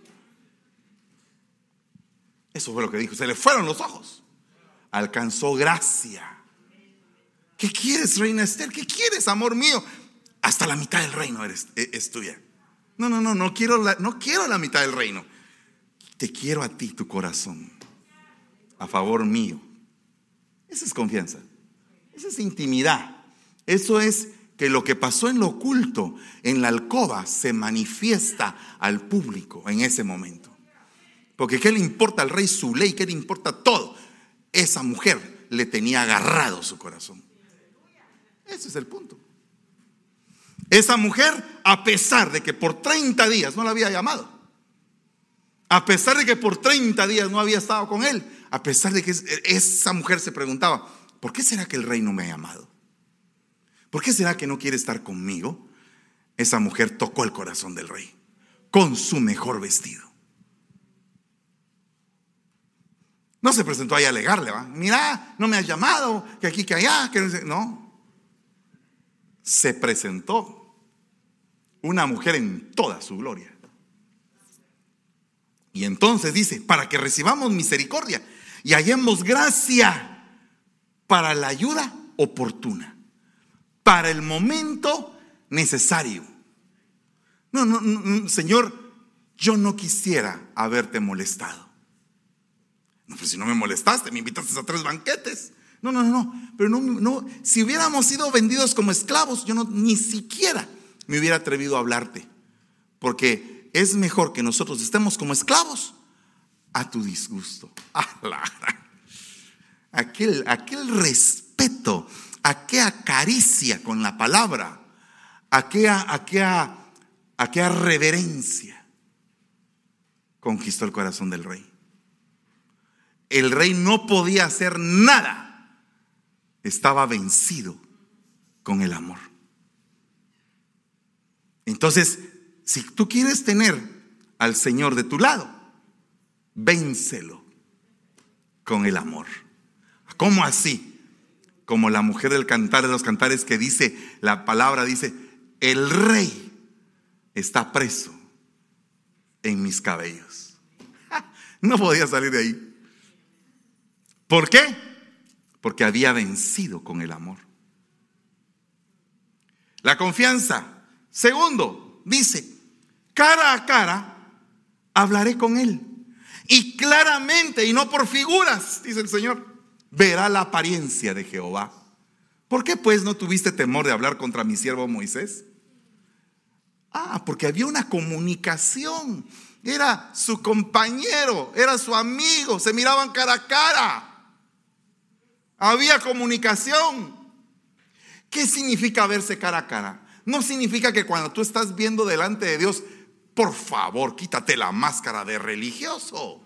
Eso fue lo que dijo. Se le fueron los ojos. Alcanzó gracia. ¿Qué quieres, reina Esther? ¿Qué quieres, amor mío? Hasta la mitad del reino es tuya. No quiero la mitad del reino. Te quiero a ti, tu corazón, a favor mío. Esa es confianza. Esa es intimidad. Eso es que lo que pasó en lo oculto, en la alcoba, se manifiesta al público en ese momento. Porque ¿qué le importa al rey su ley? ¿Qué le importa todo? Esa mujer le tenía agarrado su corazón. Ese es el punto. Esa mujer, a pesar de que por 30 días no la había llamado, a pesar de que por 30 días no había estado con él, a pesar de que esa mujer se preguntaba, ¿por qué será que el rey no me ha llamado? ¿Por qué será que no quiere estar conmigo? Esa mujer tocó el corazón del rey con su mejor vestido. No se presentó ahí a alegarle, ¿va? Mira, no me has llamado, que aquí, que allá, que no. Se presentó una mujer en toda su gloria. Y entonces dice, para que recibamos misericordia y hallemos gracia para la ayuda oportuna, para el momento necesario. No, Señor, yo no quisiera haberte molestado. No, pues si no me molestaste, me invitaste a 3 banquetes. No, pero no, si hubiéramos sido vendidos como esclavos, yo ni siquiera me hubiera atrevido a hablarte, porque es mejor que nosotros estemos como esclavos a tu disgusto. Aquel respeto, aquella caricia con la palabra, aquella reverencia conquistó el corazón del rey. El rey no podía hacer nada, estaba vencido con el amor. Entonces, si tú quieres tener al Señor de tu lado, vénselo con el amor. ¿Cómo así? Como la mujer del Cantar de los Cantares, que dice, la palabra dice, el rey está preso en mis cabellos. No podía salir de ahí. ¿Por qué? Porque había vencido con el amor. La confianza. Segundo, dice, cara a cara hablaré con él, y claramente, y no por figuras, dice el Señor, verá la apariencia de Jehová. ¿Por qué pues no tuviste temor de hablar contra mi siervo Moisés? Porque había una comunicación. Era su compañero, era su amigo, se miraban cara a cara. Había comunicación. ¿Qué significa verse cara a cara? No significa que cuando tú estás viendo delante de Dios, por favor, quítate la máscara de religioso.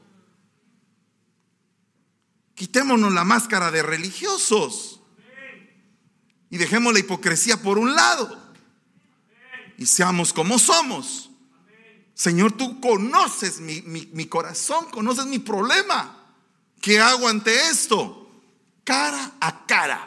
Quitémonos la máscara de religiosos y dejemos la hipocresía por un lado y seamos como somos. Señor, tú conoces mi corazón, conoces mi problema. ¿Qué hago ante esto? Cara a cara.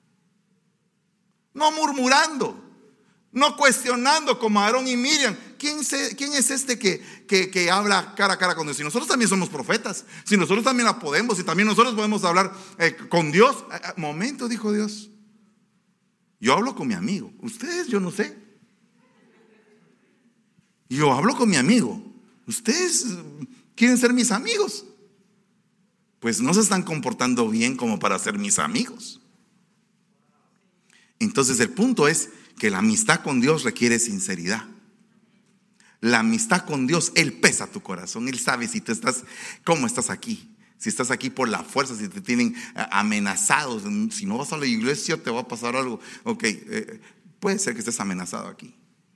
No murmurando, no cuestionando como Aarón y Miriam. ¿Quién es este que habla cara a cara con Dios? Si nosotros también somos profetas, si nosotros también la podemos, si también nosotros podemos hablar con Dios. Momento, dijo Dios. Yo hablo con mi amigo. Ustedes, yo no sé. Yo hablo con mi amigo. Ustedes quieren ser mis amigos. Pues no se están comportando bien como para ser mis amigos. Entonces el punto es que la amistad con Dios requiere sinceridad. La amistad con Dios, Él pesa tu corazón. Él sabe si tú estás, cómo estás aquí. Si estás aquí por la fuerza, si te tienen amenazados, si no vas a la iglesia te va a pasar algo. Ok, puede ser que estés amenazado aquí.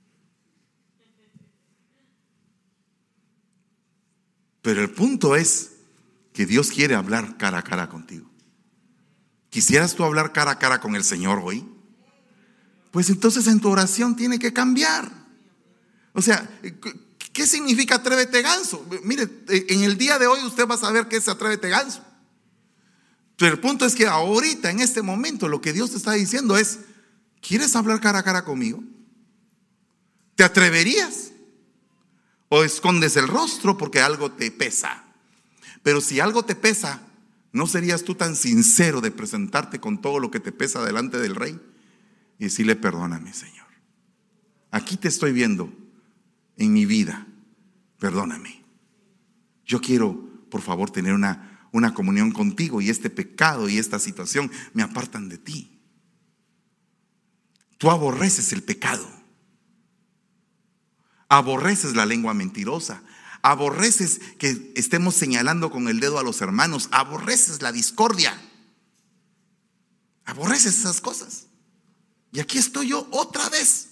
Pero el punto es que Dios quiere hablar cara a cara contigo. ¿Quisieras tú hablar cara a cara con el Señor hoy? Pues entonces en tu oración tiene que cambiar. O sea, ¿qué significa atrévete ganso? Mire, en el día de hoy usted va a saber qué es atrévete ganso. Pero el punto es que ahorita, en este momento, lo que Dios te está diciendo es, ¿quieres hablar cara a cara conmigo? ¿Te atreverías? ¿O escondes el rostro porque algo te pesa? Pero si algo te pesa, ¿no serías tú tan sincero de presentarte con todo lo que te pesa delante del Rey y decirle, perdóname, Señor? Aquí te estoy viendo en mi vida, perdóname. Yo quiero, por favor, tener una comunión contigo, y este pecado y esta situación me apartan de ti. Tú aborreces el pecado, aborreces la lengua mentirosa, aborreces que estemos señalando con el dedo a los hermanos, aborreces la discordia, aborreces esas cosas. Y aquí estoy yo otra vez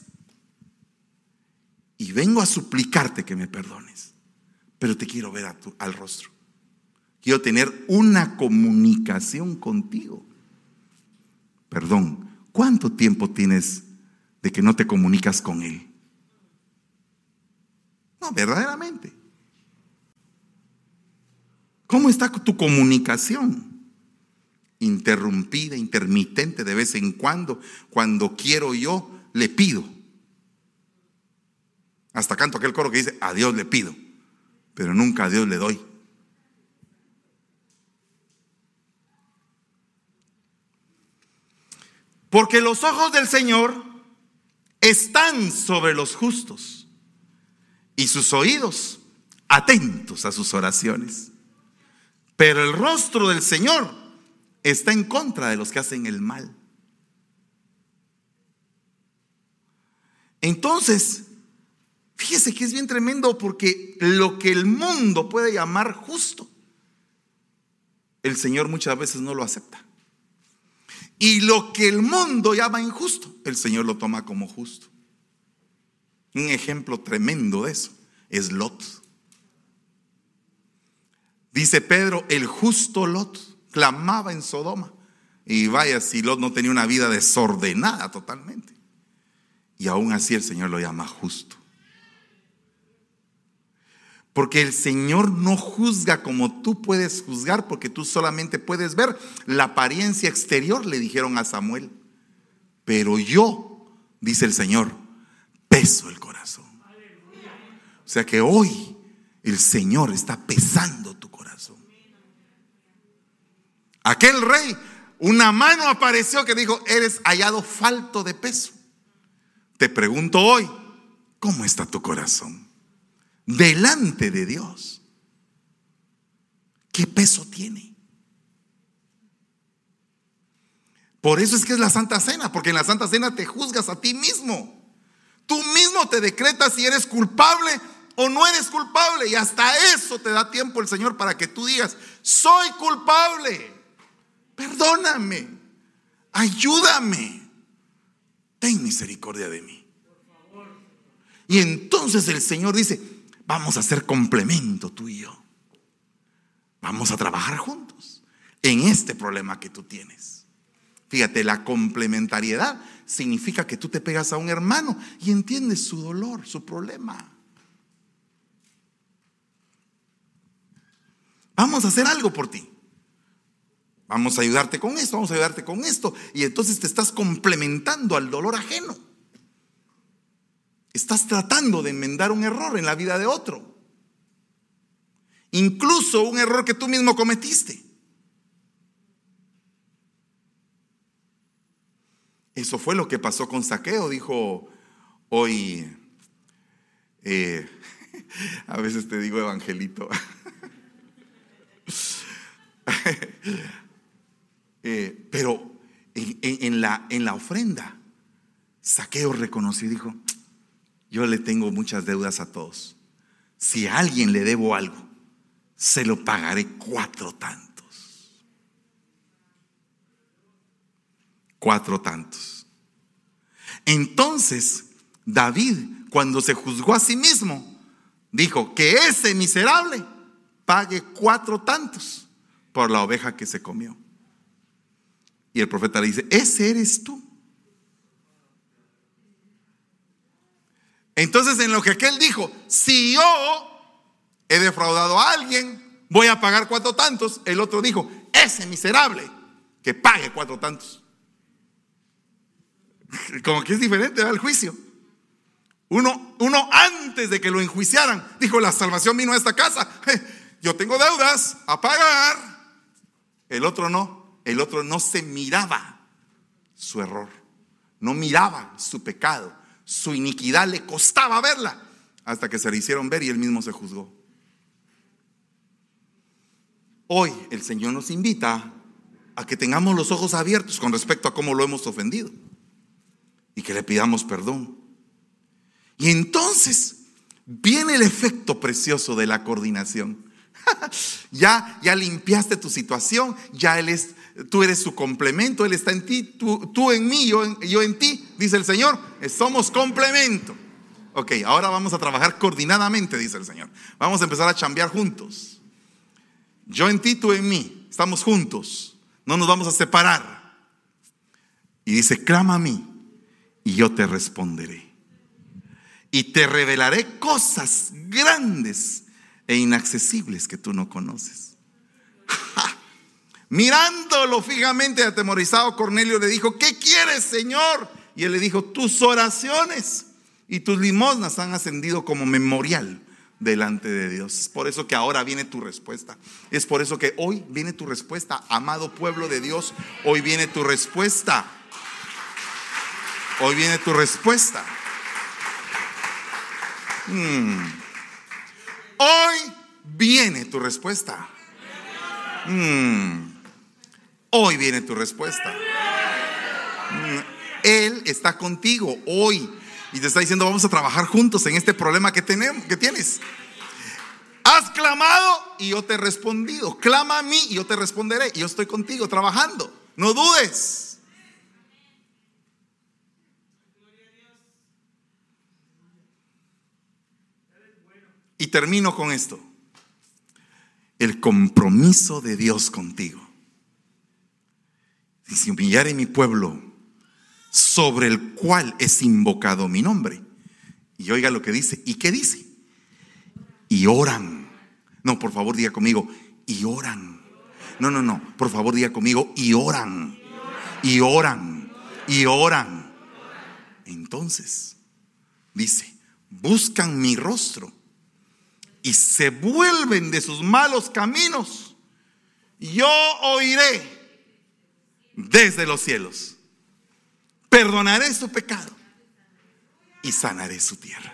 y vengo a suplicarte que me perdones, pero te quiero ver al rostro. Quiero tener una comunicación contigo. Perdón, ¿cuánto tiempo tienes de que no te comunicas con Él? No, verdaderamente. ¿Cómo está tu comunicación? Interrumpida, intermitente, de vez en cuando. Cuando quiero yo, le pido. Hasta canto aquel coro que dice, a Dios le pido, pero nunca a Dios le doy. Porque los ojos del Señor están sobre los justos y sus oídos atentos a sus oraciones. Pero el rostro del Señor está en contra de los que hacen el mal. Entonces, fíjese que es bien tremendo, porque lo que el mundo puede llamar justo, el Señor muchas veces no lo acepta. Y lo que el mundo llama injusto, el Señor lo toma como justo. Un ejemplo tremendo de eso es Lot. Dice Pedro, el justo Lot clamaba en Sodoma. Y vaya si Lot no tenía una vida desordenada totalmente. Y aún así el Señor lo llama justo. Porque el Señor no juzga como tú puedes juzgar, porque tú solamente puedes ver la apariencia exterior, le dijeron a Samuel. Pero yo, dice el Señor, peso el corazón. O sea que hoy el Señor está pesando tu corazón. Aquel rey, una mano apareció que dijo, eres hallado falto de peso. Te pregunto hoy, ¿cómo está tu corazón? Delante de Dios, ¿qué peso tiene? Por eso es que es la Santa Cena, porque en la Santa Cena te juzgas a ti mismo. Tú mismo te decretas si eres culpable o no eres culpable, y hasta eso te da tiempo el Señor para que tú digas, soy culpable, perdóname, ayúdame, ten misericordia de mí. Y entonces el Señor dice, vamos a hacer complemento tú y yo. Vamos a trabajar juntos en este problema que tú tienes. Fíjate, la complementariedad significa que tú te pegas a un hermano y entiendes su dolor, su problema. Vamos a hacer algo por ti. Vamos a ayudarte con esto, vamos a ayudarte con esto. Y entonces te estás complementando al dolor ajeno. Estás tratando de enmendar un error en la vida de otro. Incluso un error que tú mismo cometiste. Eso fue lo que pasó con Zaqueo. Dijo hoy, a veces te digo evangelito. Pero en la ofrenda, Zaqueo reconoció y dijo, yo le tengo muchas deudas a todos. Si a alguien le debo algo, se lo pagaré 4 tantos. 4 tantos. Entonces, David, cuando se juzgó a sí mismo, dijo que ese miserable pague 4 tantos por la oveja que se comió. Y el profeta le dice, ese eres tú. Entonces, en lo que aquel dijo, si yo he defraudado a alguien, voy a pagar 4 tantos. El otro dijo, ese miserable que pague 4 tantos. Como que es diferente, ¿verdad? El juicio. Uno antes de que lo enjuiciaran dijo, la salvación vino a esta casa, yo tengo deudas a pagar. El otro no se miraba su error, no miraba su pecado. Su iniquidad le costaba verla, hasta que se le hicieron ver y él mismo se juzgó. Hoy el Señor nos invita a que tengamos los ojos abiertos con respecto a cómo lo hemos ofendido y que le pidamos perdón. Y entonces viene el efecto precioso de la coordinación. Ya limpiaste tu situación, tú eres su complemento, Él está en ti, tú en mí, yo en ti, dice el Señor, somos complemento. Ok, ahora vamos a trabajar coordinadamente, dice el Señor. Vamos a empezar a chambear juntos. Yo en ti, tú en mí, estamos juntos, no nos vamos a separar. Y dice, clama a mí y yo te responderé. Y te revelaré cosas grandes e inaccesibles que tú no conoces. Mirándolo fijamente, atemorizado, Cornelio le dijo, ¿qué quieres, Señor? Y él le dijo, tus oraciones y tus limosnas han ascendido como memorial delante de Dios. Es por eso que ahora viene tu respuesta. Es por eso que hoy viene tu respuesta, amado pueblo de Dios. Hoy viene tu respuesta. Hoy viene tu respuesta. hoy viene tu respuesta. Hoy viene tu respuesta. Él está contigo hoy y te está diciendo: vamos a trabajar juntos en este problema que tienes. Has clamado y yo te he respondido. Clama a mí y yo te responderé. Y yo estoy contigo trabajando. No dudes. Y termino con esto: el compromiso de Dios contigo. Si se humillare mi pueblo, sobre el cual es invocado mi nombre. Y oiga lo que dice. ¿Y qué dice? Y oran. No, por favor diga conmigo: y oran. No, por favor diga conmigo: y oran. Y oran. Y oran. Entonces dice: buscan mi rostro y se vuelven de sus malos caminos, yo oiré desde los cielos, perdonaré su pecado y sanaré su tierra.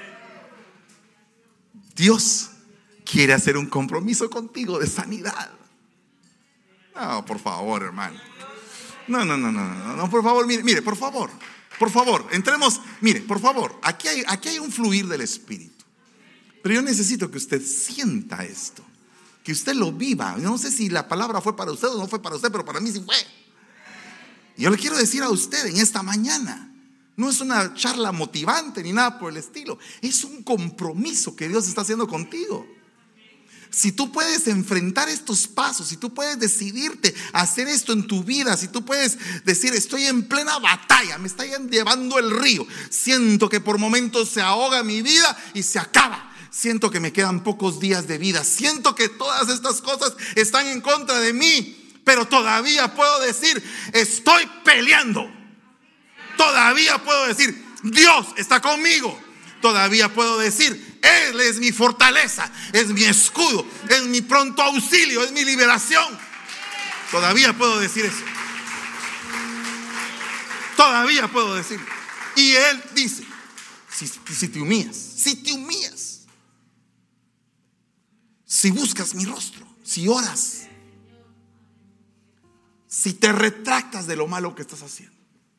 Dios quiere hacer un compromiso contigo de sanidad. No, por favor, hermano. No, por favor, mire, por favor, entremos, mire, por favor, aquí hay un fluir del Espíritu. Pero yo necesito que usted sienta esto, que usted lo viva. Yo no sé si la palabra fue para usted o no fue para usted, pero para mí sí fue. Yo le quiero decir a usted en esta mañana: no es una charla motivante ni nada por el estilo. Es un compromiso que Dios está haciendo contigo. Si tú puedes enfrentar estos pasos, si tú puedes decidirte a hacer esto en tu vida, si tú puedes decir: estoy en plena batalla, me está llevando el río, siento que por momentos se ahoga mi vida y se acaba, siento que me quedan pocos días de vida, siento que todas estas cosas están en contra de mí, pero todavía puedo decir: estoy peleando. Todavía puedo decir: Dios está conmigo. Todavía puedo decir: Él es mi fortaleza, es mi escudo, es mi pronto auxilio, es mi liberación. Todavía puedo decir eso. Todavía puedo decir. Y Él dice: si te humillas, si buscas mi rostro, si oras, si te retractas de lo malo que estás haciendo,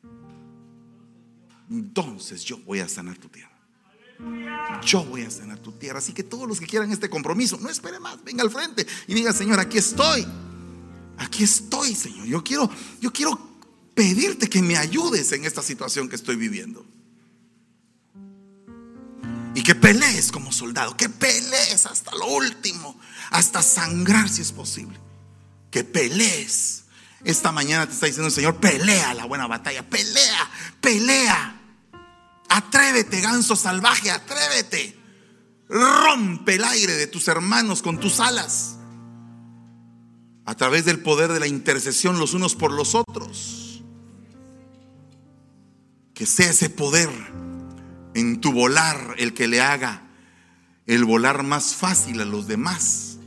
entonces yo voy a sanar tu tierra. Yo voy a sanar tu tierra. Así que todos los que quieran este compromiso, no espere más, venga al frente y diga: Señor, aquí estoy, Señor. Yo quiero pedirte que me ayudes en esta situación que estoy viviendo. Y que pelees como soldado, que pelees hasta lo último, hasta sangrar si es posible. Que pelees. Esta mañana te está diciendo el Señor: pelea la buena batalla, pelea. Atrévete, ganso salvaje, atrévete. Rompe el aire de tus hermanos con tus alas, a través del poder de la intercesión los unos por los otros. Que sea ese poder en tu volar el que le haga el volar más fácil a los demás.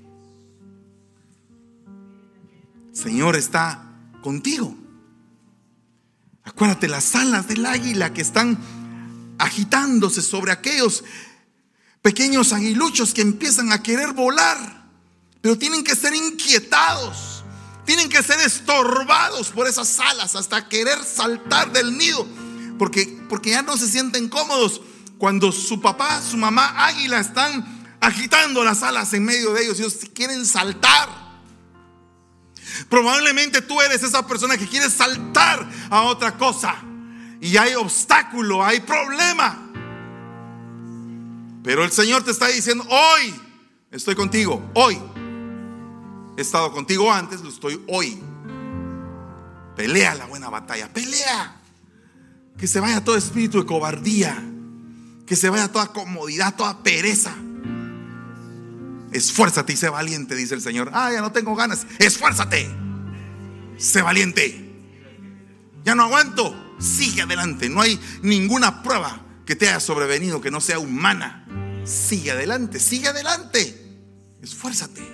Señor está contigo. Acuérdate las alas del águila que están agitándose sobre aquellos pequeños aguiluchos que empiezan a querer volar, pero tienen que ser inquietados, tienen que ser estorbados por esas alas hasta querer saltar del nido, porque ya no se sienten cómodos cuando su papá, su mamá águila están agitando las alas en medio de ellos. Ellos quieren saltar. Probablemente tú eres esa persona que quiere saltar a otra cosa y hay obstáculo, hay problema. Pero el Señor te está diciendo: hoy estoy contigo. Hoy he estado contigo antes, lo estoy hoy. Pelea la buena batalla, pelea. Que se vaya todo espíritu de cobardía, que se vaya toda comodidad, toda pereza. Esfuérzate y sé valiente, dice el Señor. Ya no tengo ganas. Esfuérzate, sé valiente. Ya no aguanto. Sigue adelante. No hay ninguna prueba que te haya sobrevenido que no sea humana. Sigue adelante, esfuérzate.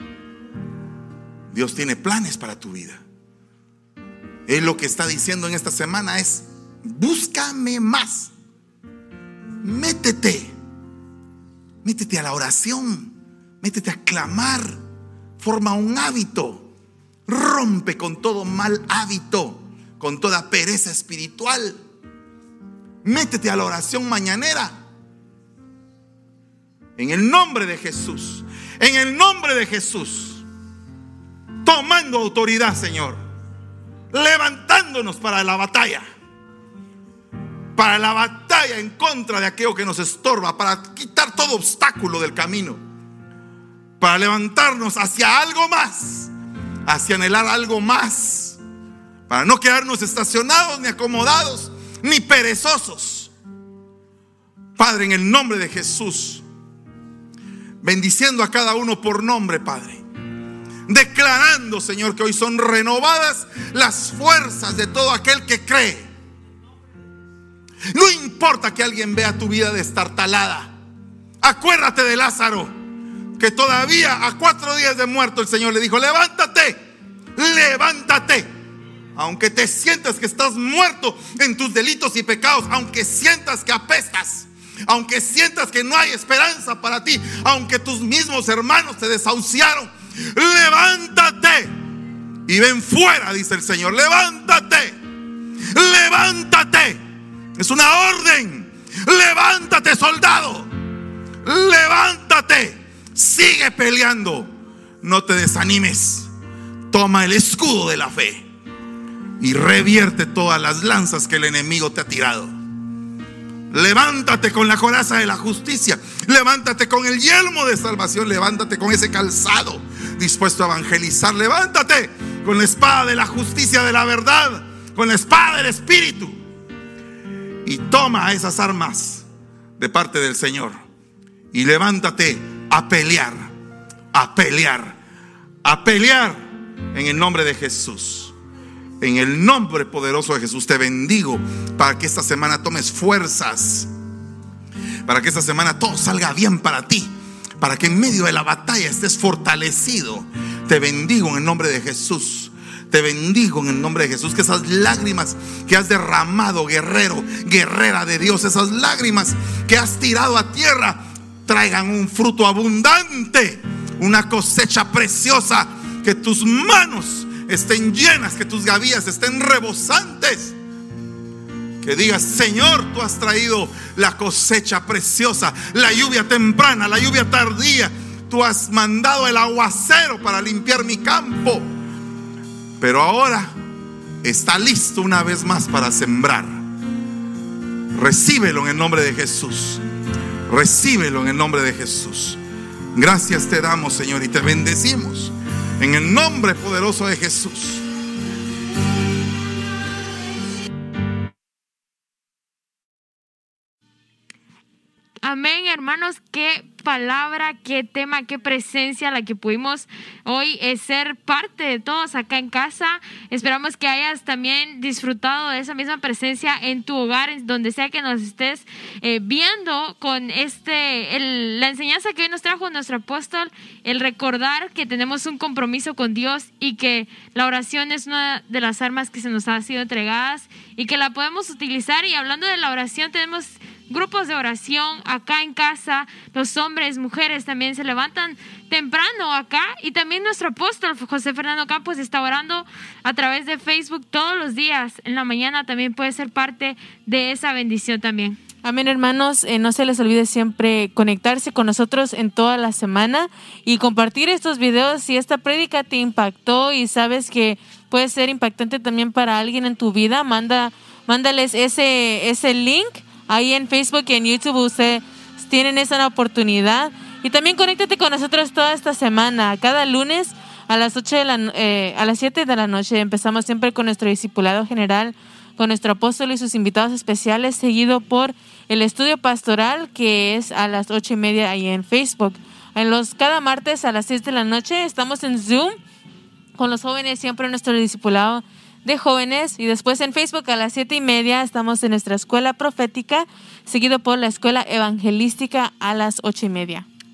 Dios tiene planes para tu vida. Él lo que está diciendo en esta semana es: búscame más. Métete. Métete a la oración, métete a clamar, forma un hábito, rompe con todo mal hábito, con toda pereza espiritual. Métete a la oración mañanera. En el nombre de Jesús, en el nombre de Jesús, tomando autoridad, Señor, levantándonos para la batalla en contra de aquello que nos estorba, para quitar todo obstáculo del camino, para levantarnos hacia algo más, hacia anhelar algo más, para no quedarnos estacionados, ni acomodados, ni perezosos. Padre, en el nombre de Jesús, bendiciendo a cada uno por nombre, Padre, declarando, Señor, que hoy son renovadas las fuerzas de todo aquel que cree. No importa que alguien vea tu vida destartalada. Acuérdate de Lázaro, que todavía a 4 días de muerto el Señor le dijo: levántate, levántate. Aunque te sientas que estás muerto en tus delitos y pecados, aunque sientas que apestas, aunque sientas que no hay esperanza para ti, aunque tus mismos hermanos te desahuciaron, levántate y ven fuera, dice el Señor. Levántate, levántate. Es una orden. Levántate, soldado. Levántate. Sigue peleando. No te desanimes. Toma el escudo de la fe y revierte todas las lanzas que el enemigo te ha tirado. Levántate con la coraza de la justicia. Levántate con el yelmo de salvación. Levántate con ese calzado dispuesto a evangelizar. Levántate con la espada de la justicia, de la verdad, con la espada del Espíritu. Y toma esas armas de parte del Señor y levántate a pelear, a pelear, a pelear en el nombre de Jesús. En el nombre poderoso de Jesús te bendigo para que esta semana tomes fuerzas, para que esta semana todo salga bien para ti, para que en medio de la batalla estés fortalecido. Te bendigo en el nombre de Jesús. Te bendigo en el nombre de Jesús. Que esas lágrimas que has derramado, guerrero, guerrera de Dios, esas lágrimas que has tirado a tierra, traigan un fruto abundante, una cosecha preciosa. Que tus manos estén llenas, que tus gavillas estén rebosantes. Que digas: Señor, tú has traído la cosecha preciosa, la lluvia temprana, la lluvia tardía. Tú has mandado el aguacero para limpiar mi campo, pero ahora está listo una vez más para sembrar. Recíbelo en el nombre de Jesús. Recíbelo en el nombre de Jesús. Gracias te damos, Señor, y te bendecimos en el nombre poderoso de Jesús. Amén, hermanos. Qué palabra, qué tema, qué presencia la que pudimos hoy ser parte de todos acá en casa. Esperamos que hayas también disfrutado de esa misma presencia en tu hogar, en donde sea que nos estés viendo, con la enseñanza que hoy nos trajo nuestro apóstol, el recordar que tenemos un compromiso con Dios y que la oración es una de las armas que se nos ha sido entregadas y que la podemos utilizar. Y hablando de la oración, tenemos grupos de oración acá en casa. Los hombres, mujeres también se levantan temprano acá, y también nuestro apóstol José Fernando Campos está orando a través de Facebook todos los días en la mañana. También puede ser parte de esa bendición también. Amén, hermanos. No se les olvide siempre conectarse con nosotros en toda la semana y compartir estos videos. Si esta prédica te impactó y sabes que puede ser impactante también para alguien en tu vida, mándales ese link. Ahí en Facebook y en YouTube ustedes tienen esa oportunidad. Y también conéctate con nosotros toda esta semana. Cada lunes a las 7 de la noche empezamos siempre con nuestro discipulado general, con nuestro apóstol y sus invitados especiales, seguido por el estudio pastoral, que es a las 8:30 ahí en Facebook. Cada martes a las 6 de la noche estamos en Zoom con los jóvenes, siempre en nuestro discipulado de jóvenes, y después en Facebook a las 7:30 estamos en nuestra escuela profética, seguido por la escuela evangelística a las 8:30.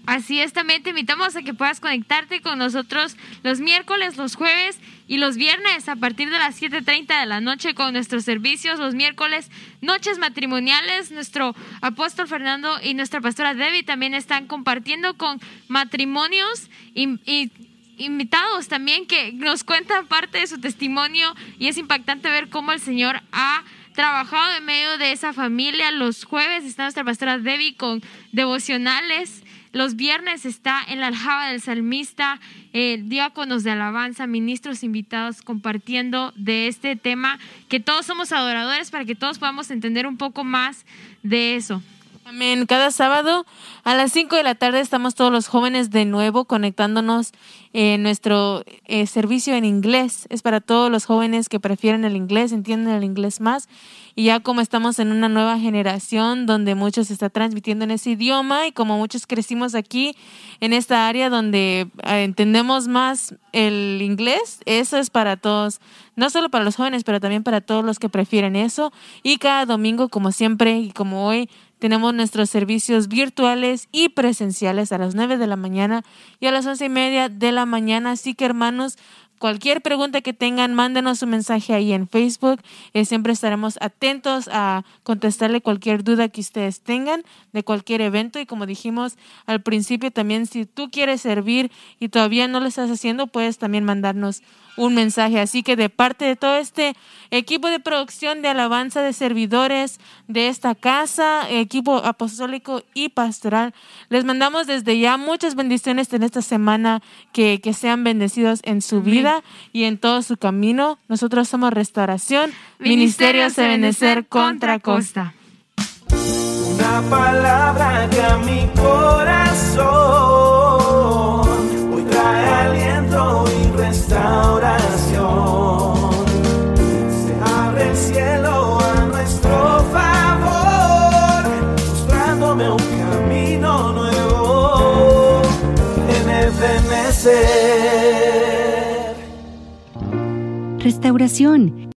Así es, también te invitamos a que puedas conectarte con nosotros los miércoles, los jueves y los viernes a partir de las 7:30 de la noche con nuestros servicios. Los miércoles, noches matrimoniales. Nuestro apóstol Fernando y nuestra pastora Debbie también están compartiendo con matrimonios y invitados también que nos cuentan parte de su testimonio, y es impactante ver cómo el Señor ha trabajado en medio de esa familia. Los jueves está nuestra pastora Debbie con devocionales. Los viernes está en la aljaba del salmista, diáconos de alabanza, ministros invitados compartiendo de este tema, que todos somos adoradores, para que todos podamos entender un poco más de eso. Amén. Cada sábado a las 5 de la tarde estamos todos los jóvenes de nuevo conectándonos en nuestro servicio en inglés. Es para todos los jóvenes que prefieren el inglés, entienden el inglés más. Y ya como estamos en una nueva generación donde muchos se está transmitiendo en ese idioma, y como muchos crecimos aquí en esta área donde entendemos más el inglés, eso es para todos, no solo para los jóvenes, pero también para todos los que prefieren eso. Y cada domingo, como siempre y como hoy, tenemos nuestros servicios virtuales y presenciales a las 9 de la mañana y a las 11:30 de la mañana. Así que, hermanos, cualquier pregunta que tengan, mándenos un mensaje ahí en Facebook. Siempre estaremos atentos a contestarle cualquier duda que ustedes tengan de cualquier evento. Y como dijimos al principio, también si tú quieres servir y todavía no lo estás haciendo, puedes también mandarnos un mensaje. Así que de parte de todo este equipo de producción, de alabanza, de servidores de esta casa, equipo apostólico y pastoral, les mandamos desde ya muchas bendiciones en esta semana, que sean bendecidos en su vida y en todo su camino. Nosotros somos Restauración, Ministerio Ebenezer Contra Costa. Una palabra que a mi corazón hoy trae aliento y restauración. Se abre el cielo a nuestro favor, mostrándome un camino nuevo en Ebenezer. Restauración